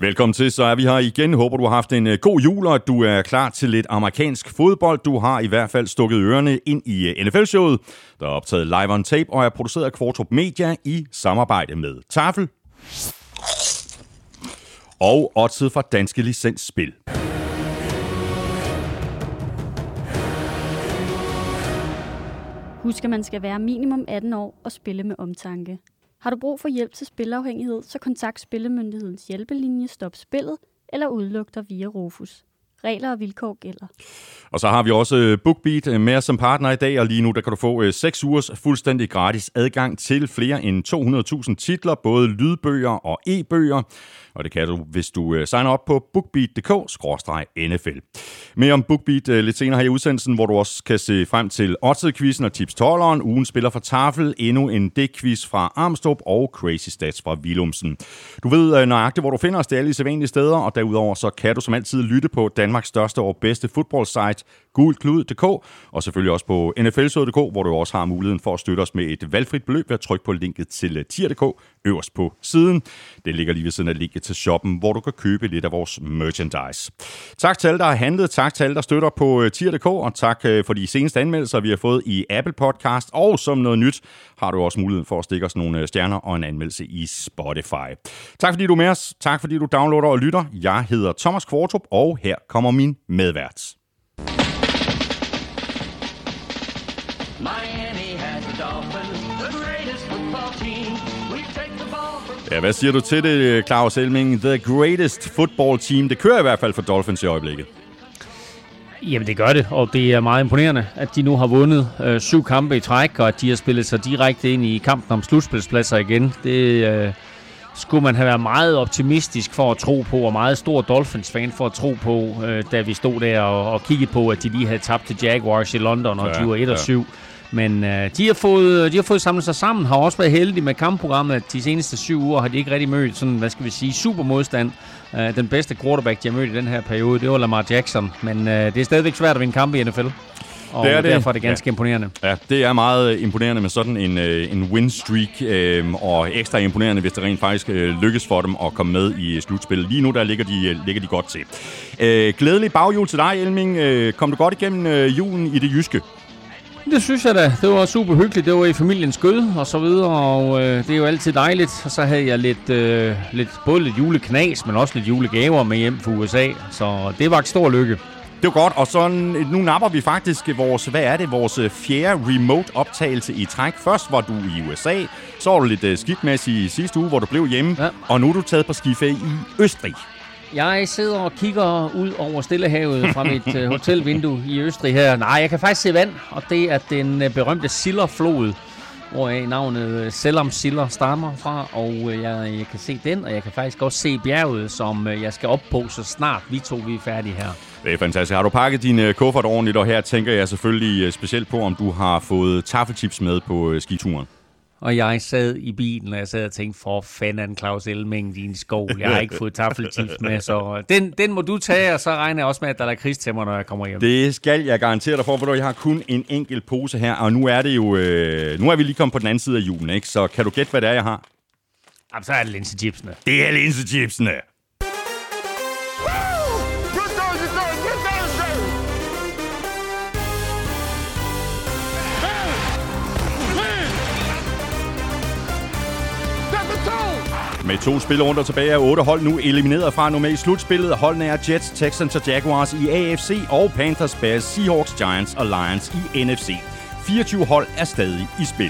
Velkommen til, så er vi her igen. Håber, du har haft en god jul, og at du er klar til lidt amerikansk fodbold. Du har i hvert fald stukket ørerne ind i NFL-showet, der er optaget live on tape og er produceret af Kvartrup Media i samarbejde med Tafel og oddset fra Danske Licensspil. Husk, at man skal være minimum 18 år og spille med omtanke. Har du brug for hjælp til spilafhængighed, så kontakt Spillemyndighedens hjælpelinje Stop Spillet eller udluk dig via Rufus. Regler og vilkår gælder. Og så har vi også BookBeat med som partner i dag, og lige nu der kan du få 6 ugers fuldstændig gratis adgang til flere end 200.000 titler, både lydbøger og e-bøger. Og det kan du, hvis du signer op på bookbeat.dk/NFL. Mere om BookBeat lidt senere her i udsendelsen, hvor du også kan se frem til Odds-quizzen og Tips 12'eren, ugen spiller fra Tafel, endnu en dækquiz fra Armstrong og Crazy Stats fra Willumsen. Du ved nøjagtigt, hvor du finder os, det er alle de sædvanlige steder, og derudover så kan du som altid lytte på Danmarks største og bedste fodboldsite, gulklud.dk, og selvfølgelig også på nflsød.dk, hvor du også har muligheden for at støtte os med et valgfrit beløb ved at trykke på linket til tier.dk øverst på siden. Det ligger lige ved siden af linket til shoppen, hvor du kan købe lidt af vores merchandise. Tak til alle, der har handlet, tak til alle, der støtter på tier.dk, og tak for de seneste anmeldelser, vi har fået i Apple Podcast, og som noget nyt har du også muligheden for at stikke os nogle stjerner og en anmeldelse i Spotify. Tak fordi du er med os, tak fordi du downloader og lytter. Jeg hedder Thomas Kvartrup, og her kommer min medvært. Ja, hvad siger du til det, Claus Elming? The greatest football team. Det kører i hvert fald for Dolphins i øjeblikket. Jamen det gør det, og det er meget imponerende, at de nu har vundet 7 kampe i træk, og at de har spillet sig direkte ind i kampen om slutspilspladser igen. Det skulle man have været meget optimistisk for at tro på, og meget stor Dolphins-fan for at tro på, da vi stod der og kiggede på, at de lige havde tabt til Jaguars i London, og de var 1-7. Men de har fået samlet sig sammen, har også været heldige med kampprogrammet. De seneste 7 uger har de ikke rigtig mødt sådan, hvad skal vi sige, supermodstand. Den bedste quarterback, de har mødt i den her periode, det var Lamar Jackson. Men det er stadigvæk svært at vinde kampe i NFL. Og derfor er det ganske imponerende. Ja, det er meget imponerende med sådan en win streak, og ekstra imponerende, hvis det rent faktisk lykkes for dem at komme med i slutspillet. Lige nu der ligger de godt til. Glædelig baghjul til dig, Elming. Kom du godt igennem julen i det jyske? Det synes jeg da. Det var super hyggeligt. Det var i familiens skød og så videre, og det er jo altid dejligt. Og så havde jeg både lidt juleknas, men også lidt julegaver med hjem fra USA, så det var et stor lykke. Det var godt, og så nu napper vi faktisk vores 4. remote optagelse i træk. Først var du i USA, så var du lidt skidtmæssig i sidste uge, hvor du blev hjemme, ja. Og nu er du taget på skiferie i Østrig. Jeg sidder og kigger ud over Stillehavet fra mit hotelvindue i Østrig her. Nej, jeg kan faktisk se vand, og det er den berømte Sillerflod, hvor navnet Selam Siller stammer fra, og jeg kan se den, og jeg kan faktisk også se bjerget, som jeg skal op på, så snart vi er færdige her. Det er fantastisk. Har du pakket din kuffert ordentligt, og her tænker jeg selvfølgelig specielt på, om du har fået taffelchips med på skituren. Og jeg sad i bilen, og jeg sad og tænkte, for fanden, Claus Elming, din skål. Jeg har ikke fået taffelchips med, så den må du tage, og så regner jeg også med, at der er kris til mig, når jeg kommer hjem. Det skal jeg garantere dig for, for jeg har kun en enkelt pose her, og nu er det jo, nu er vi lige kommet på den anden side af julen, ikke? Så kan du gætte, hvad det er, jeg har? Jamen, så er det linsechipsene. Det er linsechipsene. Med 2 spillerunder tilbage er 8 hold nu elimineret fra nu med i slutspillet. Holdene er Jets, Texans og Jaguars i AFC og Panthers, Bears, Seahawks, Giants og Lions i NFC. 24 hold er stadig i spil.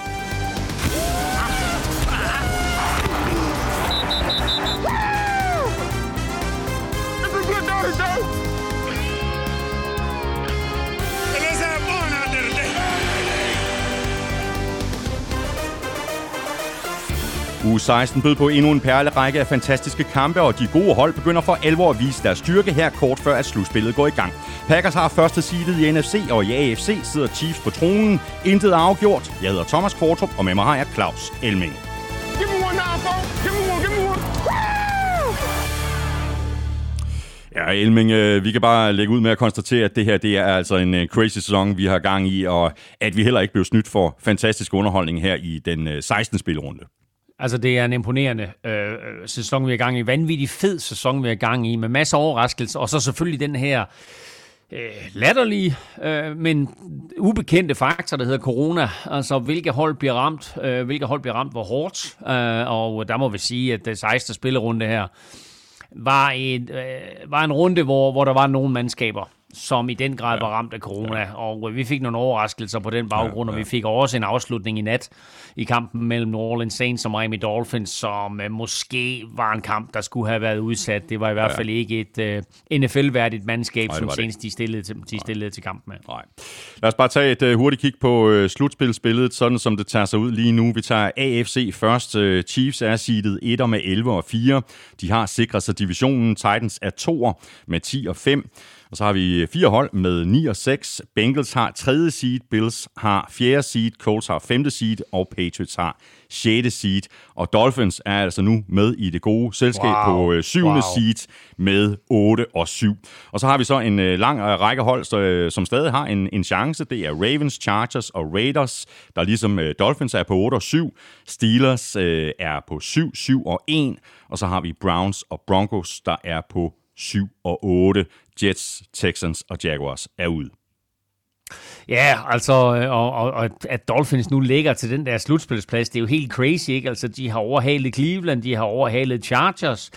Uge 16 bød på endnu en perlerække af fantastiske kampe, og de gode hold begynder for alvor at vise deres styrke her kort før, at slutspillet går i gang. Packers har første seedet i NFC, og i AFC sidder Chiefs på tronen. Intet er afgjort. Jeg hedder Thomas Kvartrup, og med mig har jeg Claus Elming. Ja, Elming, vi kan bare lægge ud med at konstatere, at det her det er altså en crazy sæson, vi har gang i, og at vi heller ikke blev snydt for fantastisk underholdning her i den 16. spilrunde. Altså, det er en imponerende sæson, vi er i gang i. Vanvittig fed sæson, vi er i gang i, med masser af overraskelser. Og så selvfølgelig den her latterlige, men ubekendte faktor, der hedder corona. Altså, hvilke hold bliver ramt, hvor hårdt. Og der må vi sige, at det 16. spillerunde her var en runde, hvor der var nogle mandskaber, som i den grad var ramt af corona, og vi fik nogle overraskelser på den baggrund, og vi fik også en afslutning i nat i kampen mellem New Orleans Saints og Miami Dolphins, som måske var en kamp, der skulle have været udsat. Det var i hvert fald ikke et NFL-værdigt mandskab, som Saints de stillede til kampen med. Nej. Lad os bare tage et hurtigt kig på slutspilsbilledet, sådan som det tager sig ud lige nu. Vi tager AFC først. Chiefs er seedet 1 med 11 og 4. De har sikret sig divisionen. Titans er 2 med 10 og 5. Og så har vi 4 hold med 9 og 6. Bengals har 3. seed, Bills har 4. seed, Colts har 5. seed, og Patriots har 6. seed. Og Dolphins er altså nu med i det gode selskab på 7. seed med 8 og 7. Og så har vi så en lang række hold, som stadig har en chance. Det er Ravens, Chargers og Raiders, der ligesom Dolphins er på 8 og 7. Steelers er på 7, 7 og 1. Og så har vi Browns og Broncos, der er på 7 og 8. Jets, Texans og Jaguars er ude. Ja, altså, og at Dolphins nu ligger til den der slutspilsplads, det er jo helt crazy, ikke? Altså, de har overhalet Cleveland, de har overhalet Chargers.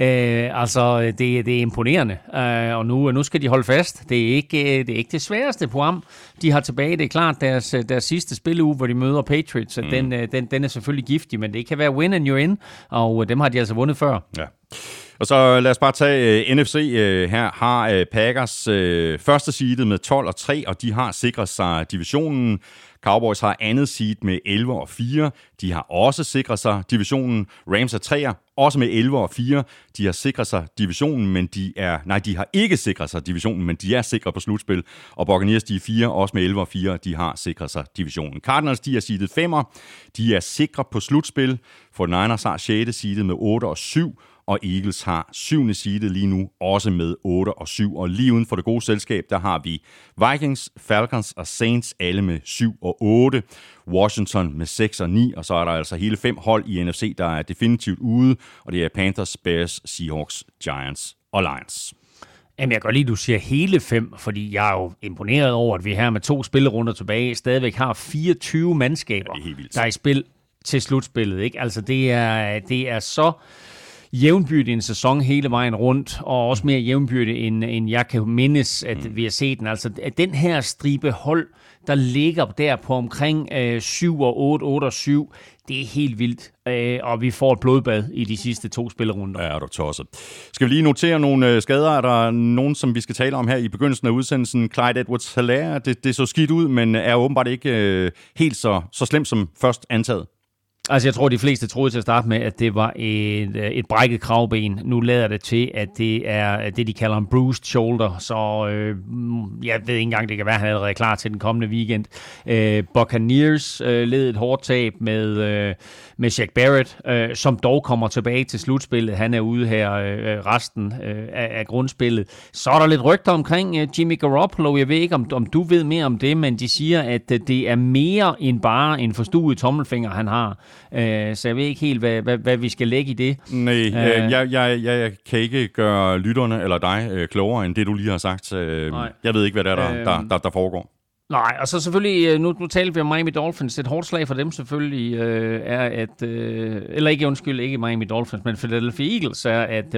Det er imponerende, og nu skal de holde fast. Det er ikke det sværeste program, de har tilbage. Det er klart, deres sidste spilleuge, hvor de møder Patriots, den er selvfølgelig giftig, men det kan være win and you're in, og dem har de altså vundet før. Ja. Og så lad os bare tage NFC. Her har Packers første seedet med 12 og 3, og de har sikret sig divisionen. Cowboys har andet seed med 11 og 4. De har også sikret sig divisionen. Rams er 3'er, også med 11 og 4. De har sikret sig divisionen, men de har ikke sikret sig divisionen, men de er sikre på slutspil. Og Buccaneers, de er 4, også med 11 og 4. De har sikret sig divisionen. Cardinals, de er seedet 5'er. De er sikre på slutspil. 49ers har 6. seedet med 8 og 7. Og Eagles har 7. seedet lige nu, også med 8 og 7. Og lige uden for det gode selskab, der har vi Vikings, Falcons og Saints, alle med 7 og 8. Washington med 6 og 9, og så er der altså hele 5 hold i NFC, der er definitivt ude, og det er Panthers, Bears, Seahawks, Giants og Lions. Jamen, jeg kan godt lide, at du siger hele 5, fordi jeg er jo imponeret over, at vi her med 2 spillerunder tilbage stadigvæk har 24 mandskaber, der er i spil til slutspillet, ikke? Altså, det er så jævnbyrdig en sæson hele vejen rundt, og også mere jævnbyrdig, end jeg kan mindes, at vi har set den. Altså, at den her stribe hold, der ligger der på omkring 7 og 8, 8 og 7, det er helt vildt, og vi får et blodbad i de sidste 2 spillerunder. Ja, du tosset. Skal vi lige notere nogle skader? Er der nogen, som vi skal tale om her i begyndelsen af udsendelsen? Clyde Edwards-Helaire, det så skidt ud, men er åbenbart ikke helt så slemt som først antaget. Altså, jeg tror, de fleste troede til at starte med, at det var et brækket kravben. Nu lader det til, at det er det, de kalder en bruised shoulder. Så jeg ved ikke engang, det kan være, at han er allerede klar til den kommende weekend. Buccaneers led et hårdt tab med Shaq Barrett, som dog kommer tilbage til slutspillet. Han er ude her resten af grundspillet. Så er der lidt rygter omkring Jimmy Garoppolo. Jeg ved ikke, om du ved mere om det, men de siger, at det er mere end bare en forstuet tommelfinger, han har. Så jeg ved ikke helt, hvad vi skal lægge i det. Nej, jeg kan ikke gøre lytterne eller dig klogere end det, du lige har sagt. Jeg ved ikke, hvad det er, der foregår. Nej, og så selvfølgelig, nu talte vi om Miami Dolphins. Et hårdt slag for dem selvfølgelig er, at... ikke Miami Dolphins, men Philadelphia Eagles er, at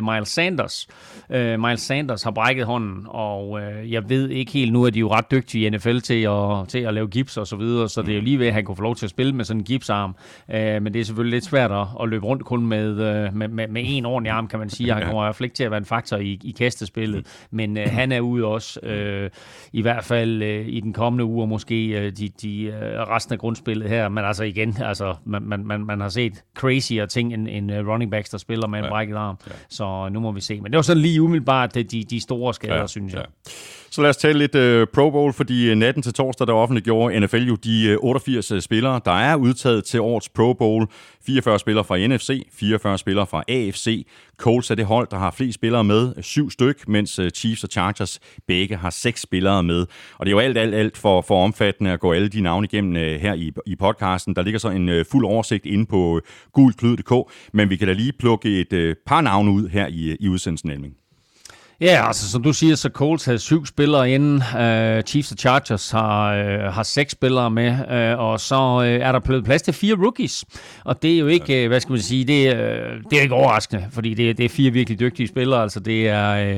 Miles Sanders har brækket hånden, og jeg ved ikke helt nu, at de er jo ret dygtige i NFL til at lave gips og så videre, så det er jo lige ved, at han kunne få lov til at spille med sådan en gipsarm. Men det er selvfølgelig lidt svært at løbe rundt kun med en ordentlig arm, kan man sige. Han kommer i hvert fald ikke til at være en faktor i kastespillet, men han er ude også, i hvert fald i den kommende uger, måske de resten af grundspillet her, men altså igen, man har set crazier ting end running backs, der spiller med en brækket arm, så nu må vi se. Men det var sådan lige umiddelbart de store skader, synes jeg. Så lad os tale lidt Pro Bowl, fordi natten til torsdag, der offentliggjorde NFL jo de 88 spillere, der er udtaget til årets Pro Bowl. 44 spillere fra NFC, 44 spillere fra AFC. Colts er det hold, der har flest spillere med, 7 styk, mens Chiefs og Chargers begge har 6 spillere med. Og det er jo alt for omfattende at gå alle de navne igennem her i podcasten. Der ligger så en fuld oversigt inde på gulklud.dk, men vi kan da lige plukke et par navne ud her i udsendelsen, Elming. Ja, altså som du siger, så Colts havde 7 spillere inden. Chiefs og Chargers har 6 spillere med, og så er der blevet plads til 4 rookies. Og det er jo ikke, hvad skal man sige, det er ikke overraskende, fordi det er 4 virkelig dygtige spillere. Altså det er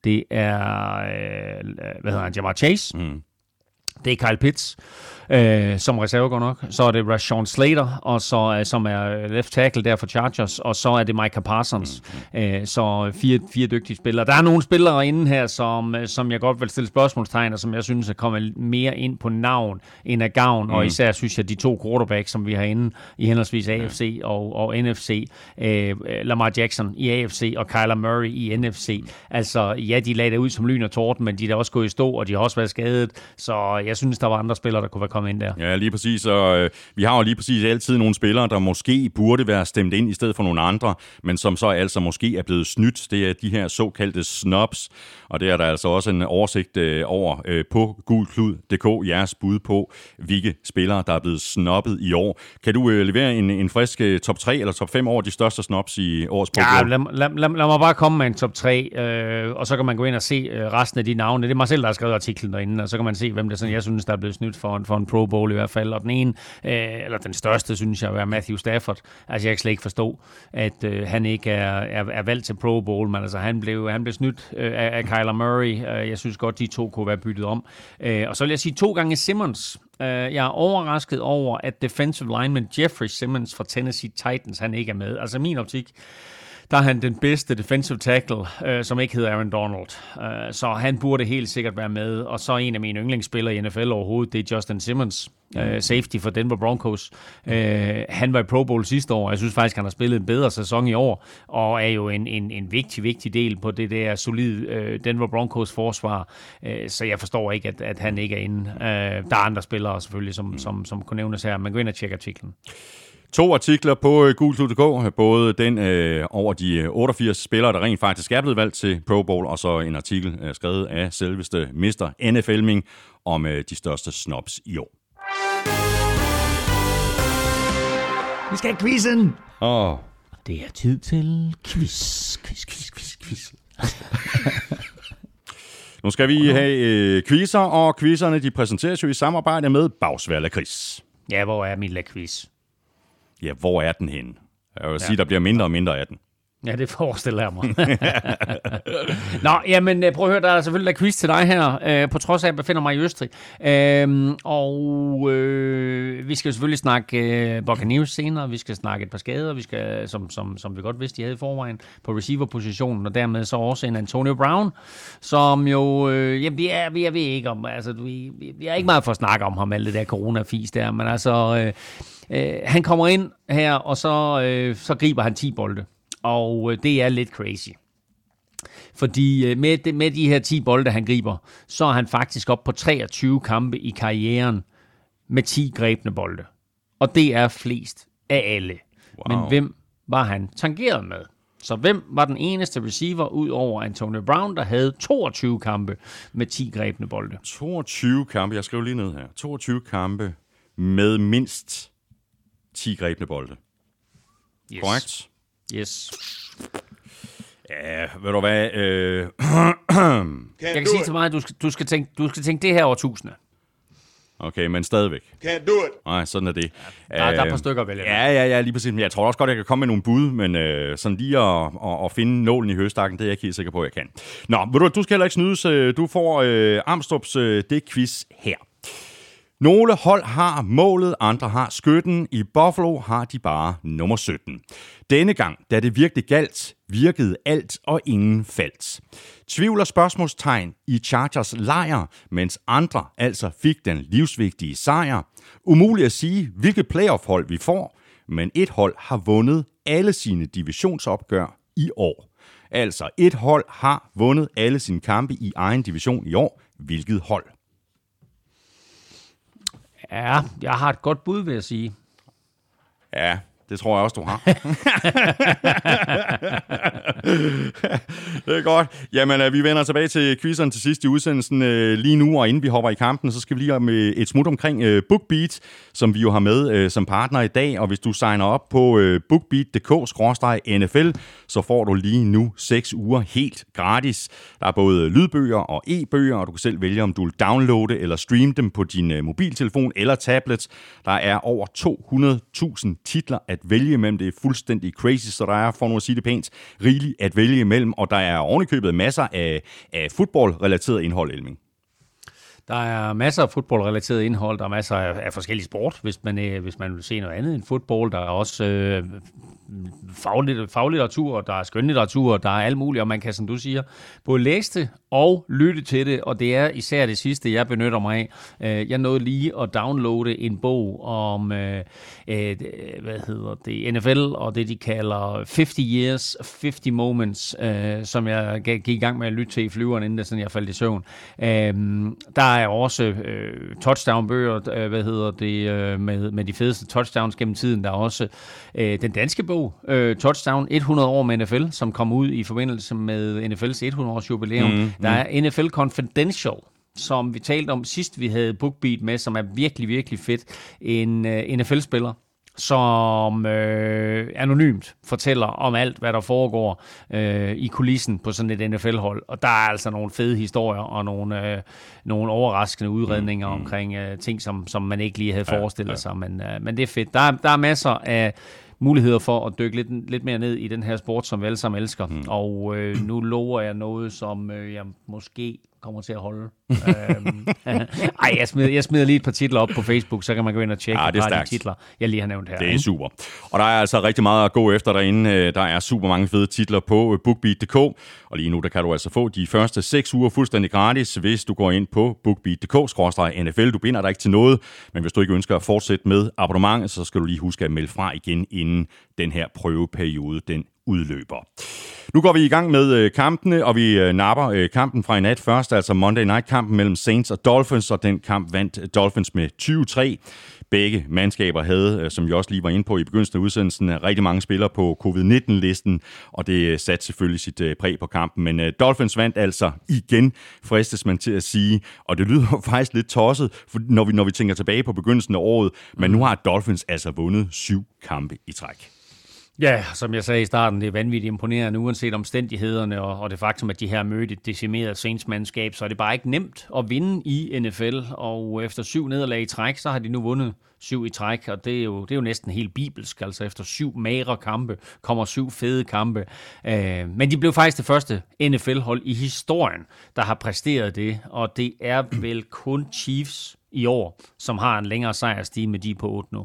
hvad hedder han, Jamar Chase. Det er Kyle Pitts, som reserve går nok. Så er det Rashawn Slater, og så, som er left tackle der for Chargers, og så er det Micah Parsons. Så 4 dygtige spillere. Der er nogle spillere inden her, som jeg godt vil stille spørgsmålstegn, og som jeg synes er kommet mere ind på navn end af gavn, og især synes jeg, de 2 quarterbacks, som vi har inde i henholdsvis AFC og NFC, Lamar Jackson i AFC og Kyler Murray i NFC. Altså, ja, de lagde det ud som lyn og torden, men de er da også gået i stå, og de har også været skadet, så jeg synes, der var andre spillere, der kunne være kommet ind der. Ja, lige præcis, og vi har jo lige præcis altid nogle spillere, der måske burde være stemt ind i stedet for nogle andre, men som så altså måske er blevet snydt. Det er de her såkaldte snubs, og det er der altså også en oversigt over på gulklud.dk, jeres bud på, hvilke spillere, der er blevet snubbet i år. Kan du levere en frisk top 3 eller top 5 over de største snubs i årets Pro Bowl? Ja, lad mig bare komme med en top 3, og så kan man gå ind og se resten af de navne. Det er mig selv, der har skrevet artiklen derinde, og så kan man se, hvem det er, sådan, jeg synes, der er blevet snydt for en Pro Bowl i hvert fald. Og den ene, eller den største, synes jeg, er Matthew Stafford. Altså, jeg kan slet ikke forstå, at han ikke er valgt til Pro Bowl, men altså, han blev snydt af Kyler Murray. Jeg synes godt, de 2 kunne være byttet om. Og så vil jeg sige 2 gange Simmons. Jeg er overrasket over, at defensive lineman Jeffrey Simmons fra Tennessee Titans, han ikke er med. Altså, min optik, der er han den bedste defensive tackle, som ikke hedder Aaron Donald. Så han burde helt sikkert være med. Og så en af mine yndlingsspillere i NFL overhovedet, det er Justin Simmons, safety for Denver Broncos. Han var i Pro Bowl sidste år, og jeg synes faktisk, han har spillet en bedre sæson i år, og er jo en vigtig del på det der solide Denver Broncos forsvar. Så jeg forstår ikke, at han ikke er inde. Der er andre spillere selvfølgelig, som kunne nævnes her. Man går ind og tjekker artiklen. 2 artikler på gulklud.dk, både den over de 88 spillere, der rent faktisk er blevet valgt til Pro Bowl, og så en artikel skrevet af selveste Mr. NFL-ming om de største snubs i år. Vi skal have quizzen! Det er tid til quiz. Nu skal vi have quizzer, og quizzerne de præsenteres jo i samarbejde med Bagsværd Lakrids. Ja, hvor er min lakrids? Ja, hvor er den henne? Jeg vil sige, der bliver mindre og mindre af den. Ja, det forestiller jeg mig. Nå, jamen prøv at høre, der er selvfølgelig quiz til dig her, på trods af, at jeg befinder mig i Østrig. Vi skal selvfølgelig snakke Buccaneers senere, vi skal snakke et par skader, vi skal, som vi godt vidste, de havde i forvejen, på receiver-positionen, og dermed så også en Antonio Brown, som jo, vi er ikke om, altså, vi er ikke meget for at snakke om ham, alt det der corona-fis der, men altså, han kommer ind her, og så griber han 10 bolde. Og det er lidt crazy. Fordi med de her 10 bolde, han griber, så er han faktisk op på 23 kampe i karrieren med 10 grebne bolde. Og det er flest af alle. Wow. Men hvem var han tangeret med? Så hvem var den eneste receiver ud over Antonio Brown, der havde 22 kampe med 10 grebne bolde? 22 kampe, jeg skriver lige ned her. 22 kampe med mindst 10 grebne bolde. Yes. Korrekt? Yes. Ja, ved du hvad? Jeg kan sige til mig, at du skal tænke det her over 1000. Okay, men stadigvæk. Can't do it. Nej, sådan er det. Der er et par stykker at vælge. Ja, lige præcis. Men jeg tror også godt, jeg kan komme med nogle bud, men sådan lige at finde nålen i høstakken, det er jeg ikke helt sikker på, at jeg kan. Nå, ved du skal heller ikke snydes. Du får Amstrup's det-quiz her. Nogle hold har målet, andre har skytten. I Buffalo har de bare nummer 17. Denne gang, da det virkelig galt, virkede alt og ingen faldt. Tvivl og spørgsmålstegn i Chargers lejr, mens andre altså fik den livsvigtige sejr. Umuligt at sige, hvilket playoff-hold vi får, men et hold har vundet alle sine divisionsopgør i år. Altså, et hold har vundet alle sine kampe i egen division i år. Hvilket hold? Ja, jeg har et godt bud, vil jeg sige. Ja, Det tror jeg også, du har. Det er godt. Jamen, vi vender tilbage til quizzeren til sidst i udsendelsen lige nu, og inden vi hopper i kampen, så skal vi lige om et smut omkring BookBeat, som vi jo har med som partner i dag, og hvis du signer op på bookbeat.dk/NFL, så får du lige nu 6 uger helt gratis. Der er både lydbøger og e-bøger, og du kan selv vælge, om du vil downloade eller streame dem på din mobiltelefon eller tablet. Der er over 200.000 titler at vælge imellem. Det er fuldstændig crazy, så der er, for nu at sige det pænt, rigeligt at vælge imellem, og der er ovenikøbet masser af fodboldrelateret indhold, Elming. Der er masser af fodboldrelateret indhold, der er masser af forskellige sport, hvis man vil se noget andet end fodbold. Der er også faglitteratur, der er skønlitteratur, der er alt muligt, og man kan, som du siger, både læse det og lytte til det, og det er især det sidste, jeg benytter mig af. Jeg nåede lige at downloade en bog om NFL, og det de kalder 50 Years, 50 Moments, som jeg gik i gang med at lytte til i flyveren, inden sådan jeg faldt i søvn. Der er også touchdown-bøger, med de fedeste touchdowns gennem tiden. Der er også den danske bog, Touchdown 100 år med NFL, som kom ud i forbindelse med NFL's 100-års jubilæum. Der er NFL Confidential, som vi talte om sidst, vi havde BookBeat med, som er virkelig, virkelig fedt. En NFL-spiller, som anonymt fortæller om alt, hvad der foregår i kulissen på sådan et NFL-hold. Og der er altså nogle fede historier og nogle overraskende udredninger omkring ting, som man ikke lige havde forestillet sig. Men det er fedt. Der er masser af muligheder for at dykke lidt mere ned i den her sport, som vi alle sammen elsker. Og nu lover jeg noget, som jeg måske kommer til at holde. Jeg smider lige et par titler op på Facebook, så kan man gå ind og tjekke de titler, jeg lige har nævnt her. Det er super. Og der er altså rigtig meget at gå efter derinde. Der er super mange fede titler på bookbeat.dk, og lige nu der kan du altså få de første 6 uger fuldstændig gratis, hvis du går ind på bookbeat.dk/NFL. Du binder dig ikke til noget, men hvis du ikke ønsker at fortsætte med abonnementet, så skal du lige huske at melde fra igen, inden den her prøveperiode den udløber. Nu går vi i gang med kampene, og vi napper kampen fra i nat først, altså Monday Night-kampen mellem Saints og Dolphins, og den kamp vandt Dolphins med 20-3. Begge mandskaber havde, som vi også lige var inde på i begyndelsen af udsendelsen, rigtig mange spillere på covid-19-listen, og det satte selvfølgelig sit præg på kampen. Men Dolphins vandt altså igen, fristes man til at sige, og det lyder faktisk lidt tosset, når vi tænker tilbage på begyndelsen af året, men nu har Dolphins altså vundet 7 kampe i træk. Ja, som jeg sagde i starten, det er vanvittigt imponerende, uanset omstændighederne og det faktum, at de her mødte et decimeret Saints-mandskab, så er det bare ikke nemt at vinde i NFL, og efter 7 nederlag i træk, så har de nu vundet 7 i træk, og det er jo næsten helt bibelsk, altså efter 7 magre kampe kommer 7 fede kampe, men de blev faktisk det første NFL-hold i historien, der har præsteret det, og det er vel kun Chiefs i år, som har en længere sejrsstige med de på 8 nu.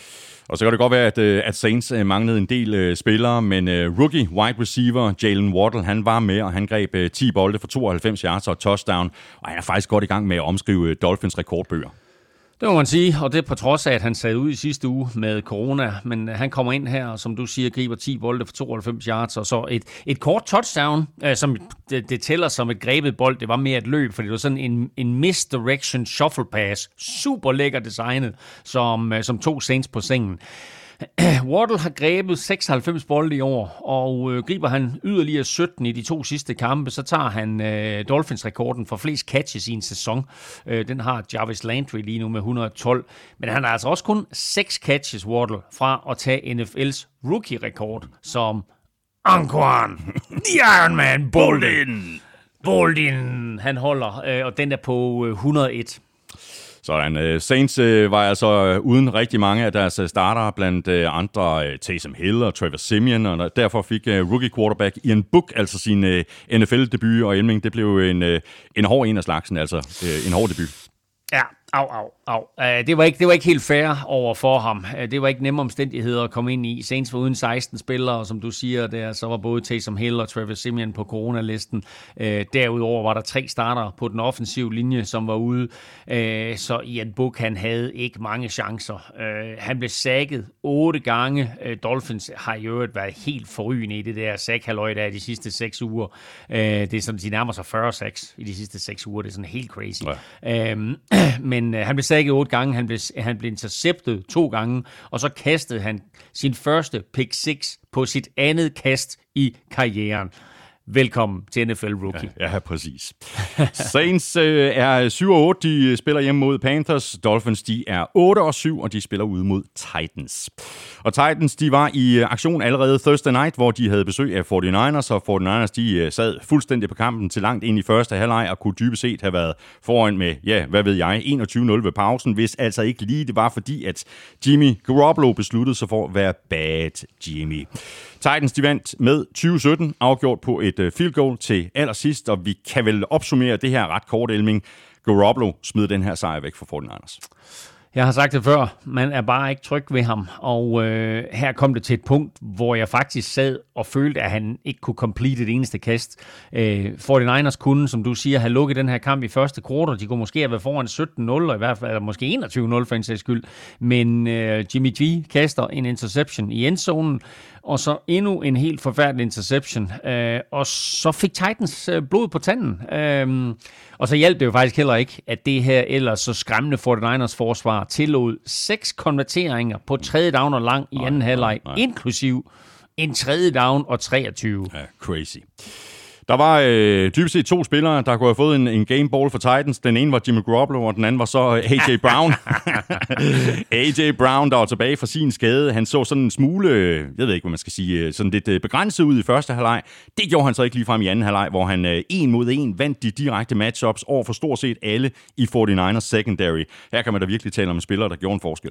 Og så kan det godt være, at Saints manglede en del spillere, men rookie wide receiver Jalen Waddle, han var med, og han greb 10 bolde for 92 yards og touchdown, og han er faktisk godt i gang med at omskrive Dolphins rekordbøger. Det må man sige, og det er på trods af, at han sad ud i sidste uge med corona, men han kommer ind her, og som du siger, griber 10 bolde for 92 yards, og så et kort touchdown, som det tæller som et grebet bold. Det var mere et løb, for det var sådan en misdirection shuffle pass, super lækker designet, som tog Saints på sengen. Waddle har grebet 96 bolde i år, og griber han yderligere 17 i de 2 sidste kampe, så tager han Dolphins-rekorden for flest catches i en sæson. Den har Jarvis Landry lige nu med 112, men han har altså også kun 6 catches, Waddle, fra at tage NFL's rookie-rekord, som Anquan, the Iron Man, Boldin, han holder, og den er på 101. Sådan, Saints var altså uden rigtig mange af deres starter, blandt andre Taysom Hill og Trevor Siemian, og derfor fik rookie quarterback Ian Book altså sin NFL-debut, og Elming, det blev en hård en af slagsen, altså en hård debut. Ja, Det var ikke helt fair over for ham. Det var ikke nemme omstændigheder at komme ind i. Saints var uden 16 spillere, og som du siger, der, så var både Taysom Hill og Trevor Siemian på coronalisten. Derudover var der 3 starter på den offensive linje, som var ude. Så Ian Book, han havde ikke mange chancer. Han blev sacket 8 gange. Dolphins har i øvrigt været helt forrygende i det der sack-halløj der de sidste 6 uger. Det er sådan, de nærmer sig 40 sacks i de sidste 6 uger. Det er sådan helt crazy. Ja. Men men han blev sækket 8 gange, han blev interceptet 2 gange, og så kastede han sin første pick 6 på sit andet kast i karrieren. Velkommen til NFL Rookie. Ja, præcis. Saints er 7-8, de spiller hjemme mod Panthers. Dolphins, de er 8-7, og de spiller ude mod Titans. Og Titans, de var i aktion allerede Thursday night, hvor de havde besøg af 49ers, og 49ers, de sad fuldstændig på kampen til langt ind i første halvleg, og kunne dybest set have været foran med, ja, hvad ved jeg, 21-0 ved pausen, hvis altså ikke lige det var fordi, at Jimmy Garoppolo besluttede sig for at være bad Jimmy. Titans, de vandt med 20-17, afgjort på et field goal til allersidst, og vi kan vel opsummere det her ret kort, Elming. Garoppolo smed den her sejr væk fra 49ers. Jeg har sagt det før, man er bare ikke tryg ved ham, og her kom det til et punkt, hvor jeg faktisk sad og følte, at han ikke kunne complete det eneste kast. 49ers kunne, som du siger, have lukket den her kamp i første kvartal. De kunne måske have været foran 17-0, og i hvert fald måske 21-0 for en sags skyld. Men Jimmy G kaster en interception i endzonen, og så endnu en helt forfærdelig interception. Og så fik Titans blod på tanden. Og så hjalp det jo faktisk heller ikke, at det her ellers så skræmmende 49ers forsvar tillod 6 konverteringer på 3. down og lang i anden halvleg, inklusiv en 3. down og 23. Ja, crazy. Der var dybest set 2 spillere, der kunne have fået en game ball for Titans. Den ene var Jimmy Garoppolo, og den anden var så A.J. Brown. A.J. Brown, der var tilbage fra sin skade. Han så sådan en smule, jeg ved ikke, hvad man skal sige, sådan lidt begrænset ud i første halvleg. Det gjorde han så ikke ligefrem i anden halvleg, hvor han 1 mod 1 vandt de direkte matchups over for stort set alle i 49ers secondary. Her kan man da virkelig tale om en spiller, der gjorde en forskel.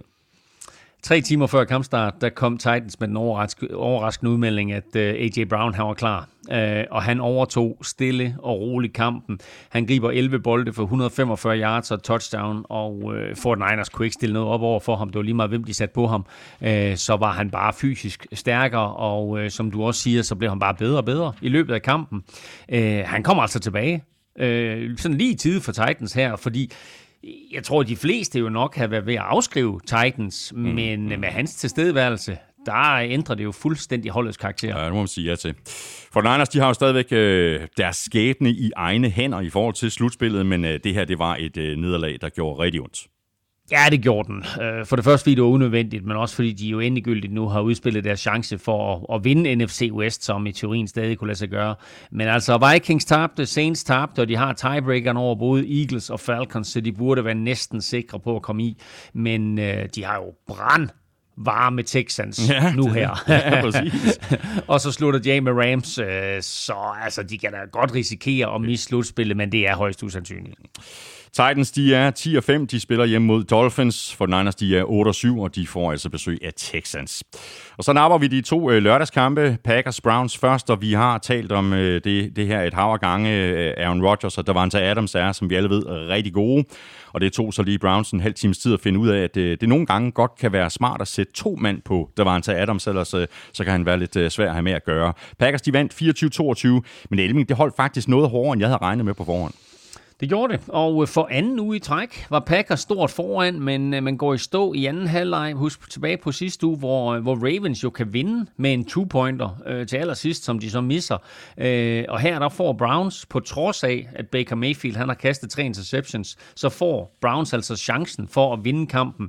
3 timer før kampstart, der kom Titans med den overraskende udmelding, at A.J. Brown han var klar. Og han overtog stille og roligt kampen. Han griber 11 bolde for 145 yards og touchdown, og 49ers kunne ikke stille noget op over for ham. Det var lige meget, hvem de satte på ham. Så var han bare fysisk stærkere, og som du også siger, så blev han bare bedre og bedre i løbet af kampen. Han kommer altså tilbage. Sådan lige i tide for Titans her, fordi jeg tror, de fleste jo nok har været ved at afskrive Titans, men med hans tilstedeværelse, der ændrer det jo fuldstændig holdets karakter. Ja, det må man sige ja til. For Niners, de har jo stadigvæk deres skæbne i egne hænder i forhold til slutspillet, men det her, det var et nederlag, der gjorde rigtig ondt. Ja, det gjorde den. For det første, fordi det var unødvendigt, men også fordi de jo endegyldigt nu har udspillet deres chance for at vinde NFC West, som i teorien stadig kunne lade sig gøre. Men altså, Vikings tabte, Saints tabte, og de har tiebreakeren over både Eagles og Falcons, så de burde være næsten sikre på at komme i. Men de har jo varme Texans nu her. Ja, præcis. Og så slutter de af med Rams, så altså, de kan da godt risikere at misse slutspillet, men det er højst usandsynligt. Titans, de er 10-5, de spiller hjemme mod Dolphins. For Niners, de er 8-7, og de får altså besøg af Texans. Og så napper vi de 2 lørdagskampe, Packers-Browns først, og vi har talt om det her et hav af gange. Aaron Rodgers og Davante Adams er, som vi alle ved, rigtig gode. Og det tog så lige Browns en halv times tid at finde ud af, at det nogle gange godt kan være smart at sætte 2 mand på Davante Adams, ellers så kan han være lidt svær at have med at gøre. Packers, de vandt 24-22, men Elming, det holdt faktisk noget hårdere, end jeg havde regnet med på forhånd. Det gjorde det, og for anden uge i træk var Packers stort foran, men man går i stå i anden halvleg. Husk tilbage på sidste uge, hvor Ravens jo kan vinde med en 2-pointer til allersidst, som de så misser. Og her der får Browns, på trods af, at Baker Mayfield han har kastet 3 interceptions, så får Browns altså chancen for at vinde kampen.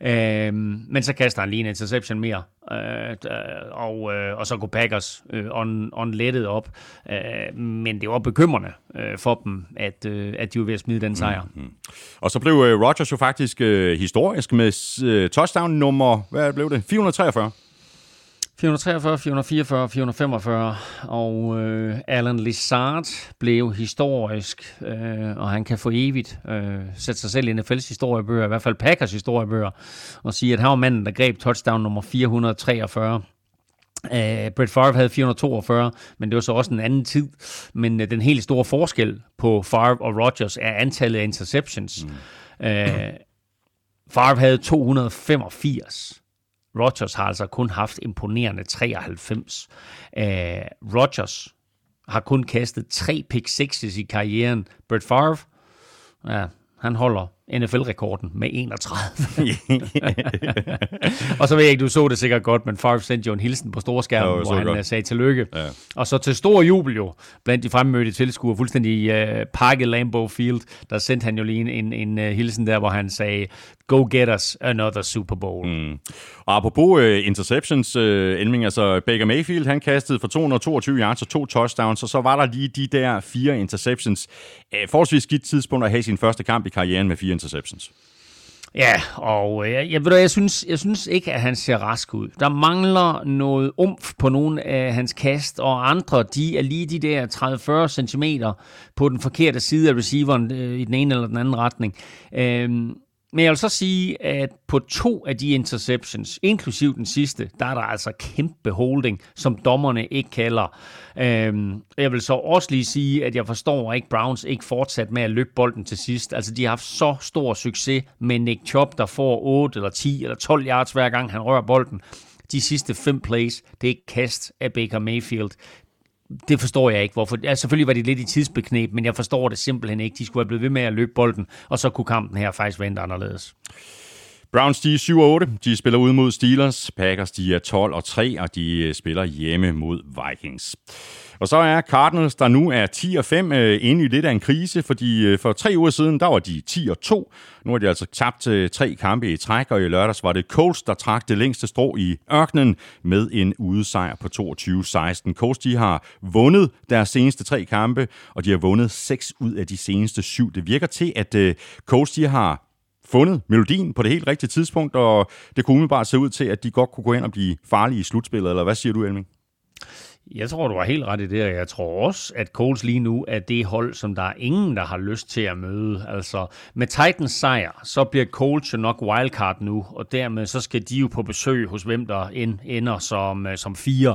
Men så kaster han lige en interception mere. Og så går Packers lettet op. Men det var bekymrende for dem, at de var ved at smide den sejr. Og så blev Rodgers jo faktisk historisk med touchdown nummer, hvad blev det? 443. 443, 444, 445, og Alan Lazard blev historisk, og han kan for evigt sætte sig selv i NFL's historiebøger, i hvert fald Packers historiebøger, og sige, at han var manden, der greb touchdown nummer 443. Brett Favre havde 442, men det var så også en anden tid. Men den helt store forskel på Favre og Rodgers er antallet af interceptions. Favre havde 285. Rodgers har altså kun haft imponerende 93. Rodgers har kun kastet 3 pick sixes i karrieren. Brett Favre, han holder NFL-rekorden med 31. Og så ved jeg ikke, du så det sikkert godt, men Favre sendte jo en hilsen på storskærmen, hvor han sagde tillykke. Ja. Og så til stor jubel jo, blandt de fremmødte tilskuere, fuldstændig pakket Lambeau Field, der sendte han jo lige en hilsen der, hvor han sagde, go get us another Super Bowl. Og apropos interceptions, Elming, altså Baker Mayfield, han kastede for 222 yards og 2 touchdowns, og så var der lige de der 4 interceptions. Forholdsvis skidt tidspunkt at have sin første kamp i karrieren med 4 interceptions. Ja, og jeg synes ikke, at han ser rask ud. Der mangler noget umf på nogle af hans kast, og andre, de er lige de der 30-40 centimeter på den forkerte side af receiveren i den ene eller den anden retning. Men jeg vil så sige, at på 2 af de interceptions, inklusiv den sidste, der er der altså kæmpe holding, som dommerne ikke kalder. Jeg vil så også lige sige, at jeg forstår ikke, Browns ikke fortsat med at løbe bolden til sidst. Altså, de har haft så stor succes med Nick Chubb, der får 8 eller 10 eller 12 yards hver gang han rører bolden. De sidste 5 plays, det er ikke kast af Baker Mayfield. Det forstår jeg ikke, hvorfor. Altså, selvfølgelig var det lidt i tidsbekneb, men jeg forstår det simpelthen ikke. De skulle have blevet ved med at løbe bolden, og så kunne kampen her faktisk vente anderledes. Browns, de er 7-8. De spiller ude mod Steelers. Packers, de er 12-3, og de spiller hjemme mod Vikings. Og så er Cardinals, der nu er 10-5, inde i lidt af en krise, fordi for 3 uger siden, der var de 10-2. Nu har de altså tabt 3 kampe i træk, og i lørdags var det Colts, der trak det længste strå i ørkenen med en udesejr på 22-16. Colts, de har vundet deres seneste 3 kampe, og de har vundet 6 ud af de seneste 7. Det virker til, at Colts, de har fundet melodien på det helt rigtige tidspunkt, og det kunne umiddelbart se ud til, at de godt kunne gå hen og blive farlige i slutspillet, eller hvad siger du, Elming? Jeg tror, du har helt ret i det, og jeg tror også, at Colts lige nu er det hold, som der er ingen, der har lyst til at møde. Altså, med Titans sejr, så bliver Colts jo nok wildcard nu, og dermed så skal de jo på besøg hos hvem der ender som 4.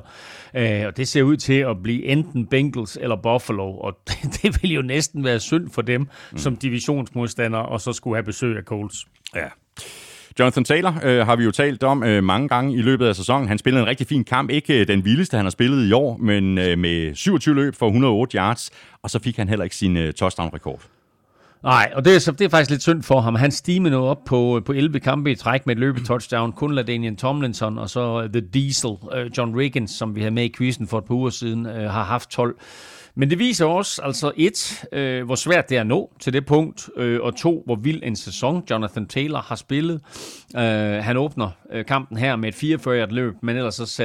Og det ser ud til at blive enten Bengals eller Buffalo, og det vil jo næsten være synd for dem som divisionsmodstandere, og så skulle have besøg af Colts. Ja. Jonathan Taylor har vi jo talt om mange gange i løbet af sæsonen. Han spillede en rigtig fin kamp. Ikke den vildeste, han har spillet i år, men med 27 løb for 108 yards, og så fik han heller ikke sin touchdown-rekord. Nej, og det er faktisk lidt synd for ham. Han stimede nu op på 11 kampe i træk med et løbetouchdown. Kun LaDainian Tomlinson og så The Diesel, John Riggins, som vi havde med i quizzen for et par uger siden, har haft 12. Men det viser også, altså 1, hvor svært det er at nå til det punkt, og 2, hvor vild en sæson Jonathan Taylor har spillet. Han åbner kampen her med et 44-yard løb, men ellers så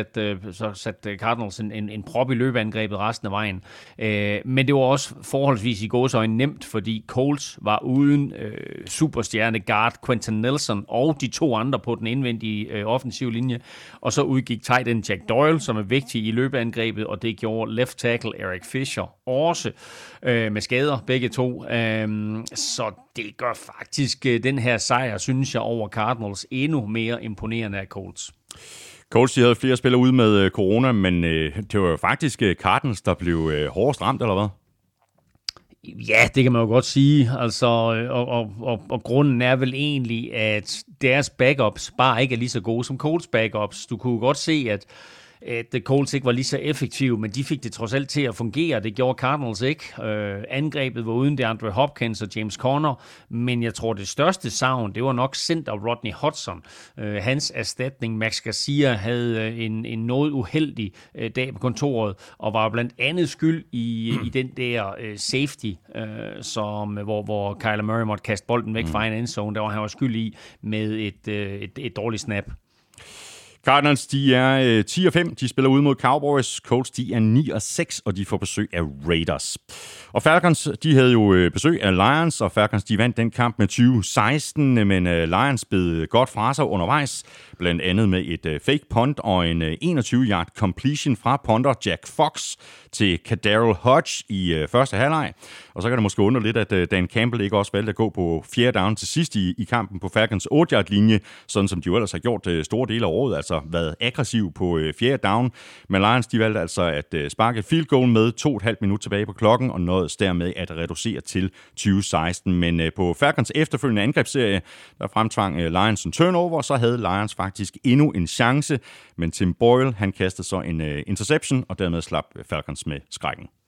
satte Cardinals en prop i løbeangrebet resten af vejen. Men det var også forholdsvis i gåseøjne nemt, fordi Colts var uden superstjerne guard Quentin Nelson og de 2 andre på den indvendige offensive linje. Og så udgik tight end Jack Doyle, som er vigtig i løbeangrebet, og det gjorde left tackle Eric Fisher også med skader, begge 2. Så det gør faktisk den her sejr, synes jeg, over Cardinals endnu mere imponerende af Colts. Colts, de havde flere spillere ude med corona, men det var jo faktisk Cardinals, der blev hårdest ramt, eller hvad? Ja, det kan man jo godt sige. Altså, og grunden er vel egentlig, at deres backups bare ikke er lige så gode som Colts backups. Du kunne godt se, at Colts ikke var lige så effektive, men de fik det trods alt til at fungere. Det gjorde Cardinals ikke. Angrebet var uden DeAndre Hopkins og James Conner, men jeg tror, det største savn, det var nok center Rodney Hudson. Hans erstatning, Max Garcia, havde en noget uheldig dag på kontoret, og var blandt andet skyld i den der safety, hvor Kyler Murray måtte kaste bolden væk fra en endzone. Der var han skyld i med et dårligt snap. Cardinals, de er 10-5. De spiller ude mod Cowboys. Colts, de er 9-6, og de får besøg af Raiders. Og Falcons, de havde jo besøg af Lions, og Falcons, de vandt den kamp med 20-16, men Lions bed godt fra sig undervejs, blandt andet med et fake punt og en 21-yard completion fra punter Jack Fox til Kadarrell Hodge i første halvleg. Og så kan det måske undre lidt, at Dan Campbell ikke også valgte at gå på 4. down til sidst i kampen på Falcons 8-yard-linje, sådan som de jo ellers har gjort store dele af året, altså været aggressiv på 4. down. Men Lions, de valgte altså at sparke field goal med 2,5 minutter tilbage på klokken, og nåede dermed at reducere til 20-16. Men på Falcons efterfølgende angrebsserie, der fremtvang Lions en turnover, så havde Lions faktisk endnu en chance, men Tim Boyle, han kastede så en interception, og dermed slap Falcons med skrækken.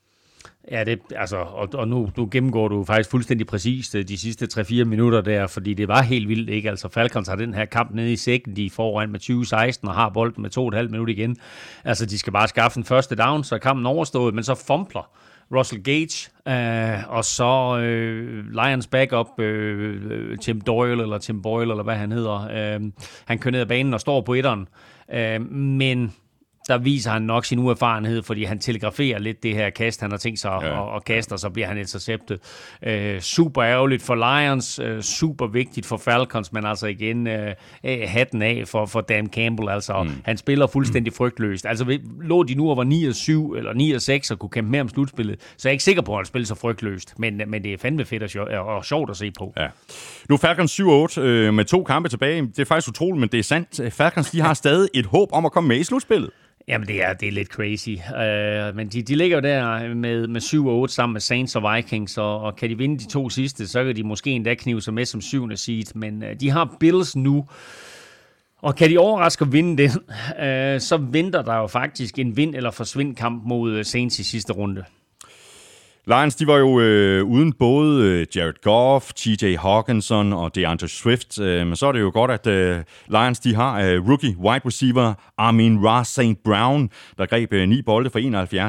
Ja, og nu gennemgår du faktisk fuldstændig præcist de sidste 3-4 minutter der, fordi det var helt vildt, ikke? Altså Falcons har den her kamp nede i sækken, de er foran med 20-16 og har bolden med 2,5 minutter igen. Altså de skal bare skaffe en første down, så er kampen overstået, men så fumbler Russell Gage, og så Lions backup Tim Boyle, eller hvad han hedder. Han kører ned ad banen og står på etteren, men der viser han nok sin uerfarenhed, fordi han telegraferer lidt det her kast, han har tænkt sig at kaste, og så bliver han interceptet. Super ærgerligt for Lions, super vigtigt for Falcons, men altså igen hatten af for Dan Campbell. Altså, han spiller fuldstændig frygtløst. Altså, lå de nu over 9-7 eller 9-6 og kunne kæmpe med om slutspillet, så jeg er ikke sikker på, at han spiller så frygtløst, men det er fandme fedt og sjovt at se på. Ja. Nu er Falcons 7-8 med 2 kampe tilbage. Det er faktisk utroligt, men det er sandt. Falcons, de har stadig et håb om at komme med i slutspillet. Jamen, det er lidt crazy. Men de ligger jo der med 7-8 sammen med Saints og Vikings, og kan de vinde de 2 sidste, så kan de måske endda knive sig med som 7. seed. Men de har Bills nu, og kan de overraske at vinde den, så venter der jo faktisk en vind- eller forsvind-kamp mod Saints i sidste runde. Lions, de var jo uden både Jared Goff, TJ Hawkinson og DeAndre Swift. Men så er det jo godt, at Lions, de har rookie wide receiver Amon-Ra St. Brown, der greb 9 bolde for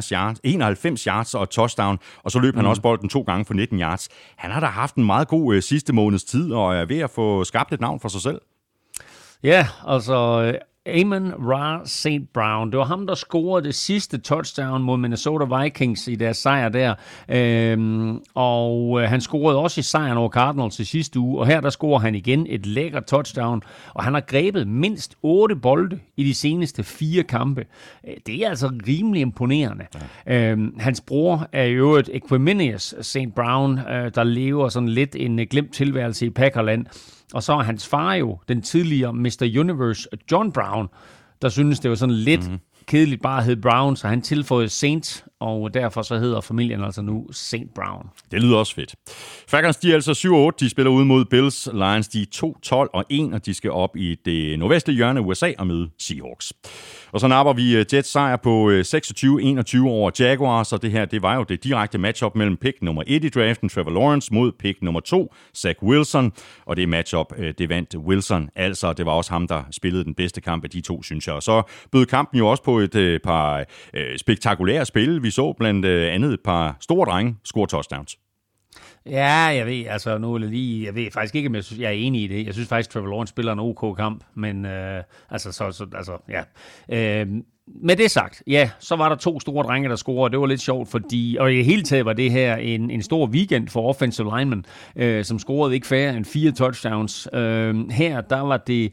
91 yards og touchdown. Og så løb han også bolden 2 gange for 19 yards. Han har da haft en meget god sidste måneds tid og er ved at få skabt et navn for sig selv. Ja, altså Amon-Ra St. Brown. Det var ham, der scorede det sidste touchdown mod Minnesota Vikings i deres sejr der. Og han scorede også i sejren over Cardinals i sidste uge. Og her der scorer han igen et lækkert touchdown. Og han har grebet mindst 8 bolde i de seneste 4 kampe. Det er altså rimelig imponerende. Ja. Hans bror er jo et Equiminius St. Brown, der lever sådan lidt en glemt tilværelse i Packerland. Og så er hans far jo den tidligere Mr. Universe John Brown, der synes, det var sådan lidt kedeligt bare at hedde Brown, så han tilføjede Saint, og derfor så hedder familien altså nu St. Brown. Det lyder også fedt. Falcons, de er altså 7-8, de spiller ud mod Bills. Lions, de er 2-12-1, og de skal op i det nordvestlige hjørne af USA og møde Seahawks. Og så napper vi Jets sejr på 26-21 over Jaguars, og det her, det var jo det direkte matchup mellem pick nummer 1 i draften, Trevor Lawrence, mod pick nummer 2, Zach Wilson, og det matchup, det vandt Wilson. Altså, det var også ham, der spillede den bedste kamp af de 2, synes jeg. Og så bød kampen jo også på et par spektakulære spil. Vi så blandt andet et par store drenge score touchdowns. Ja, jeg ved, altså nu jeg ved faktisk ikke, om jeg er enig i det. Jeg synes faktisk, Trevor Lawrence spiller en OK kamp, men med det sagt, ja, så var der 2 store drenge, der scorede. Det var lidt sjovt, fordi, og i hele taget var det her en stor weekend for offensive linemen, som scorede ikke færre end 4 touchdowns. Her, der var det